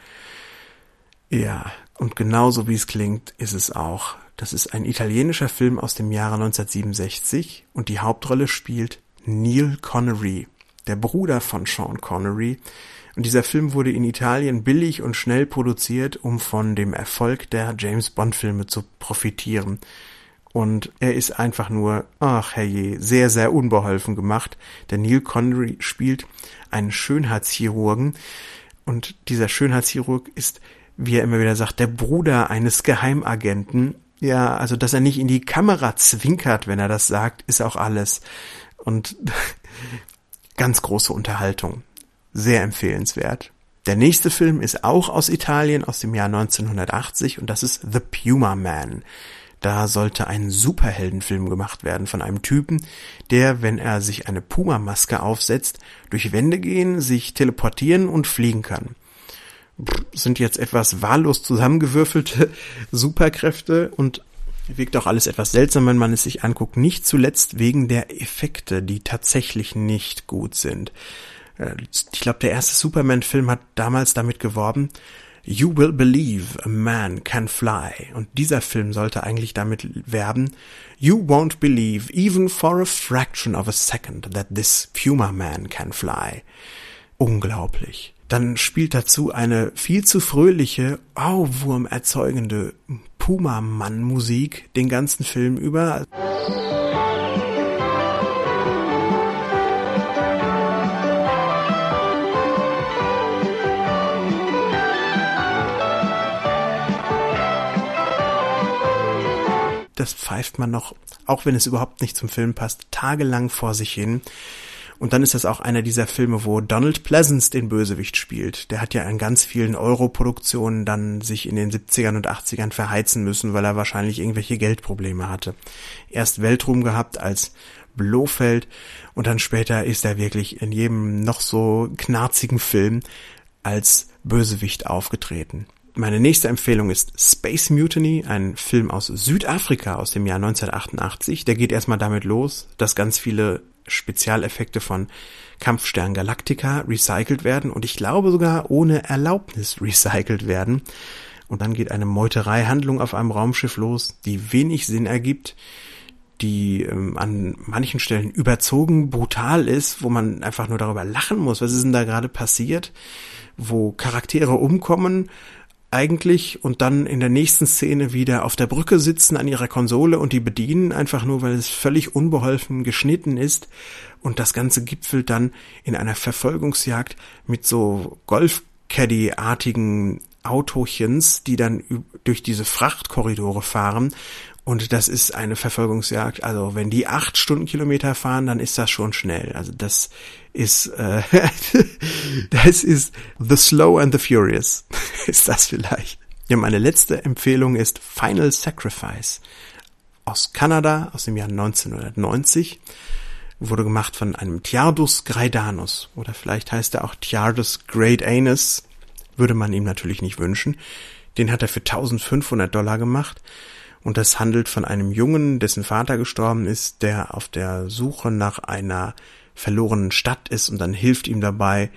Ja, und genauso wie es klingt, ist es auch. Das ist ein italienischer Film aus dem Jahre neunzehnhundertsiebenundsechzig und die Hauptrolle spielt Neil Connery, der Bruder von Sean Connery. Und dieser Film wurde in Italien billig und schnell produziert, um von dem Erfolg der James-Bond-Filme zu profitieren. Und er ist einfach nur, ach herrje, sehr, sehr unbeholfen gemacht. Der Neil Connery spielt einen Schönheitschirurgen. Und dieser Schönheitschirurg ist, wie er immer wieder sagt, der Bruder eines Geheimagenten. Ja, also dass er nicht in die Kamera zwinkert, wenn er das sagt, ist auch alles. Und ganz große Unterhaltung. Sehr empfehlenswert. Der nächste Film ist auch aus Italien, aus dem Jahr neunzehnhundertachtzig und das ist The Puma Man. Da sollte ein Superheldenfilm gemacht werden von einem Typen, der, wenn er sich eine Puma-Maske aufsetzt, durch Wände gehen, sich teleportieren und fliegen kann. Sind jetzt etwas wahllos zusammengewürfelte Superkräfte und wirkt auch alles etwas seltsam, wenn man es sich anguckt. Nicht zuletzt wegen der Effekte, die tatsächlich nicht gut sind. Ich glaube, der erste Superman-Film hat damals damit geworben, You will believe a man can fly. Und dieser Film sollte eigentlich damit werben, You won't believe even for a fraction of a second that this Puma Man can fly. Unglaublich. Dann spielt dazu eine viel zu fröhliche, Auwurm erzeugende Puma-Mann-Musik den ganzen Film über. Das pfeift man noch, auch wenn es überhaupt nicht zum Film passt, tagelang vor sich hin. Und dann ist das auch einer dieser Filme, wo Donald Pleasence den Bösewicht spielt. Der hat ja in ganz vielen Euro-Produktionen dann sich in den siebzigern und achtzigern verheizen müssen, weil er wahrscheinlich irgendwelche Geldprobleme hatte. Erst Weltruhm gehabt als Blofeld und dann später ist er wirklich in jedem noch so knarzigen Film als Bösewicht aufgetreten. Meine nächste Empfehlung ist Space Mutiny, ein Film aus Südafrika aus dem Jahr neunzehnhundertachtundachtzig. Der geht erstmal damit los, dass ganz viele Spezialeffekte von Kampfstern Galactica recycelt werden und ich glaube sogar ohne Erlaubnis recycelt werden. Und dann geht eine Meutereihandlung auf einem Raumschiff los, die wenig Sinn ergibt, die ähm, an manchen Stellen überzogen brutal ist, wo man einfach nur darüber lachen muss. Was ist denn da gerade passiert? Wo Charaktere umkommen eigentlich und dann in der nächsten Szene wieder auf der Brücke sitzen an ihrer Konsole und die bedienen, einfach nur, weil es völlig unbeholfen geschnitten ist. Und das Ganze gipfelt dann in einer Verfolgungsjagd mit so Golf-Caddy-artigen Autochens, die dann durch diese Frachtkorridore fahren. Und das ist eine Verfolgungsjagd. Also wenn die acht Stundenkilometer fahren, dann ist das schon schnell. Also das ist, äh, das ist The Slow and the Furious. Ist das vielleicht? Ja, meine letzte Empfehlung ist Final Sacrifice. Aus Kanada, aus dem Jahr neunzehnhundertneunzig. Wurde gemacht von einem Tjardus Greidanus. Oder vielleicht heißt er auch Tjardus Great Anus. Würde man ihm natürlich nicht wünschen. Den hat er für eintausendfünfhundert Dollar gemacht. Und das handelt von einem Jungen, dessen Vater gestorben ist, der auf der Suche nach einer verlorenen Stadt ist und dann hilft ihm dabei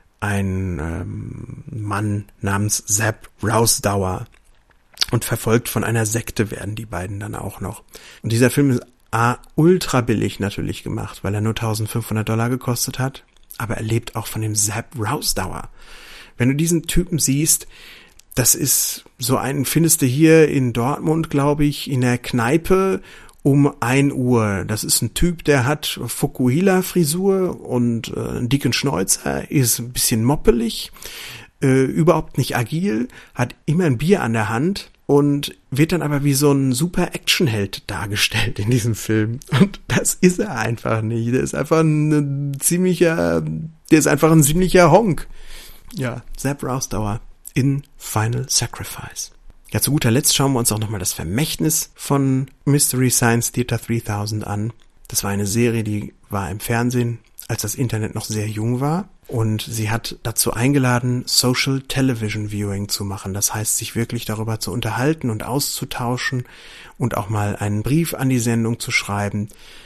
ein ähm, Mann namens Zeb Rousdower. Und verfolgt von einer Sekte werden die beiden dann auch noch. Und dieser Film ist A, ultra billig natürlich gemacht, weil er nur eintausendfünfhundert Dollar gekostet hat, aber er lebt auch von dem Zeb Rousdower. Wenn du diesen Typen siehst, das ist so einen, findest du hier in Dortmund, glaube ich, in der Kneipe um ein Uhr. Das ist ein Typ, der hat Fukuhila-Frisur und äh, einen dicken Schnäuzer, ist ein bisschen moppelig, äh, überhaupt nicht agil, hat immer ein Bier an der Hand und wird dann aber wie so ein super Actionheld dargestellt in diesem Film. Und das ist er einfach nicht. Der ist einfach ein ziemlicher, der ist einfach ein ziemlicher Honk. Ja, Zeb Rousdower in Final Sacrifice. Ja, zu guter Letzt schauen wir uns auch nochmal das Vermächtnis von Mystery Science Theater dreitausend an. Das war eine Serie, die war im Fernsehen, als das Internet noch sehr jung war. Und sie hat dazu eingeladen, Social Television Viewing zu machen. Das heißt, sich wirklich darüber zu unterhalten und auszutauschen und auch mal einen Brief an die Sendung zu schreiben.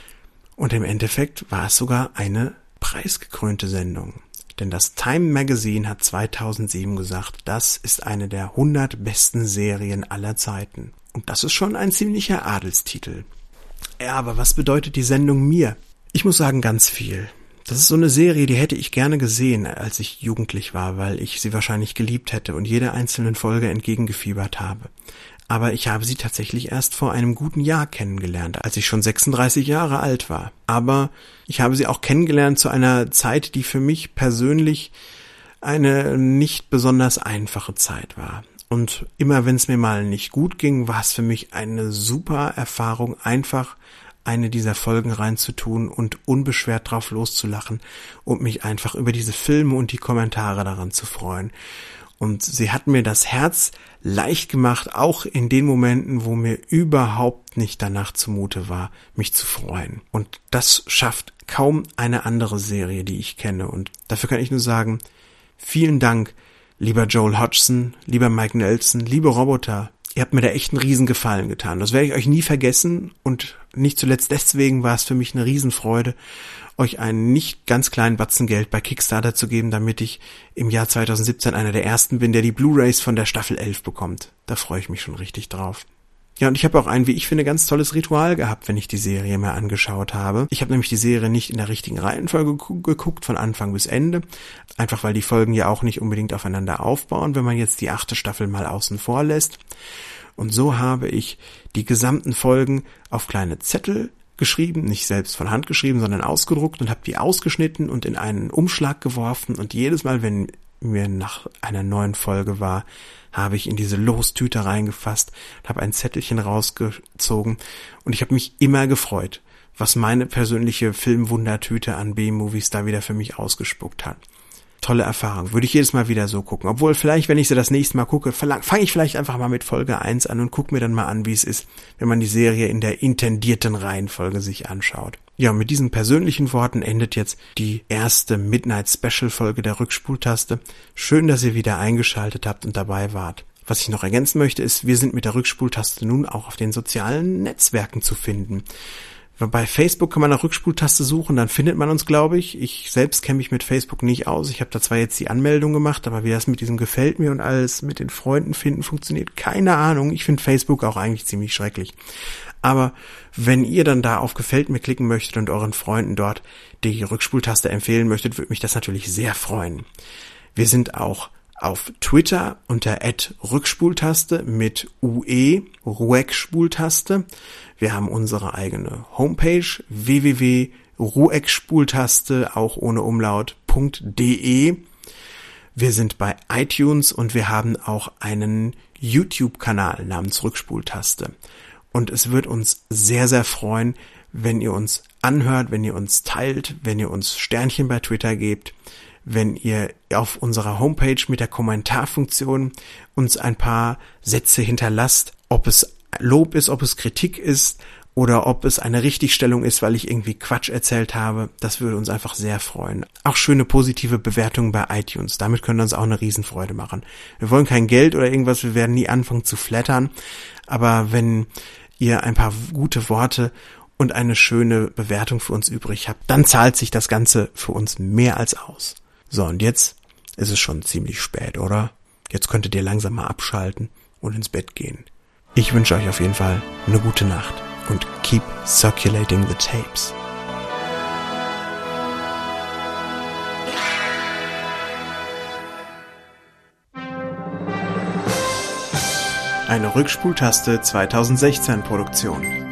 Und im Endeffekt war es sogar eine preisgekrönte Sendung. Denn das Time Magazine hat zweitausendsieben gesagt, das ist eine der hundert besten Serien aller Zeiten. Und das ist schon ein ziemlicher Adelstitel. Ja, aber was bedeutet die Sendung mir? Ich muss sagen, ganz viel. Das ist so eine Serie, die hätte ich gerne gesehen, als ich jugendlich war, weil ich sie wahrscheinlich geliebt hätte und jeder einzelnen Folge entgegengefiebert habe. Aber ich habe sie tatsächlich erst vor einem guten Jahr kennengelernt, als ich schon sechsunddreißig Jahre alt war. Aber ich habe sie auch kennengelernt zu einer Zeit, die für mich persönlich eine nicht besonders einfache Zeit war. Und immer wenn es mir mal nicht gut ging, war es für mich eine super Erfahrung, einfach eine dieser Folgen reinzutun und unbeschwert drauf loszulachen und mich einfach über diese Filme und die Kommentare daran zu freuen. Und sie hat mir das Herz leicht gemacht, auch in den Momenten, wo mir überhaupt nicht danach zumute war, mich zu freuen. Und das schafft kaum eine andere Serie, die ich kenne. Und dafür kann ich nur sagen, vielen Dank, lieber Joel Hodgson, lieber Mike Nelson, liebe Roboter. Ihr habt mir da echt einen riesen Gefallen getan. Das werde ich euch nie vergessen. Und nicht zuletzt deswegen war es für mich eine Riesenfreude, euch einen nicht ganz kleinen Batzen Geld bei Kickstarter zu geben, damit ich im Jahr zweitausendsiebzehn einer der ersten bin, der die Blu-rays von der Staffel elf bekommt. Da freue ich mich schon richtig drauf. Ja, und ich habe auch ein, wie ich finde, ganz tolles Ritual gehabt, wenn ich die Serie mir angeschaut habe. Ich habe nämlich die Serie nicht in der richtigen Reihenfolge geguckt, von Anfang bis Ende. Einfach weil die Folgen ja auch nicht unbedingt aufeinander aufbauen, wenn man jetzt die achte Staffel mal außen vor lässt. Und so habe ich die gesamten Folgen auf kleine Zettel geschrieben, nicht selbst von Hand geschrieben, sondern ausgedruckt und habe die ausgeschnitten und in einen Umschlag geworfen. Und jedes Mal, wenn mir nach einer neuen Folge war, habe ich in diese Lostüte reingefasst, habe ein Zettelchen rausgezogen und ich habe mich immer gefreut, was meine persönliche Filmwundertüte an B-Movies da wieder für mich ausgespuckt hat. Tolle Erfahrung. Würde ich jedes Mal wieder so gucken. Obwohl vielleicht, wenn ich sie das nächste Mal gucke, fange ich vielleicht einfach mal mit Folge eins an und gucke mir dann mal an, wie es ist, wenn man die Serie in der intendierten Reihenfolge sich anschaut. Ja, und mit diesen persönlichen Worten endet jetzt die erste Midnight Special Folge der Rückspultaste. Schön, dass ihr wieder eingeschaltet habt und dabei wart. Was ich noch ergänzen möchte, ist, wir sind mit der Rückspultaste nun auch auf den sozialen Netzwerken zu finden. Bei Facebook kann man nach Rückspultaste suchen, dann findet man uns, glaube ich. Ich selbst kenne mich mit Facebook nicht aus. Ich habe da zwar jetzt die Anmeldung gemacht, aber wie das mit diesem gefällt mir und alles mit den Freunden finden funktioniert, keine Ahnung. Ich finde Facebook auch eigentlich ziemlich schrecklich. Aber wenn ihr dann da auf gefällt mir klicken möchtet und euren Freunden dort die Rückspultaste empfehlen möchtet, würde mich das natürlich sehr freuen. Wir sind auch auf Twitter unter at Rückspultaste mit U E, Rueckspultaste. Wir haben unsere eigene Homepage w w w punkt rueckspultaste, auch ohne Umlaut, .de. Wir sind bei iTunes und wir haben auch einen YouTube-Kanal namens Rückspultaste. Und es wird uns sehr, sehr freuen, wenn ihr uns anhört, wenn ihr uns teilt, wenn ihr uns Sternchen bei Twitter gebt, wenn ihr auf unserer Homepage mit der Kommentarfunktion uns ein paar Sätze hinterlasst, ob es Lob ist, ob es Kritik ist oder ob es eine Richtigstellung ist, weil ich irgendwie Quatsch erzählt habe. Das würde uns einfach sehr freuen. Auch schöne positive Bewertungen bei iTunes. Damit können wir uns auch eine Riesenfreude machen. Wir wollen kein Geld oder irgendwas, wir werden nie anfangen zu flattern. Aber wenn ihr ein paar gute Worte und eine schöne Bewertung für uns übrig habt, dann zahlt sich das Ganze für uns mehr als aus. So, und jetzt ist es schon ziemlich spät, oder? Jetzt könntet ihr langsam mal abschalten und ins Bett gehen. Ich wünsche euch auf jeden Fall eine gute Nacht und keep circulating the tapes. Eine Rückspultaste zweitausendsechzehn Produktion.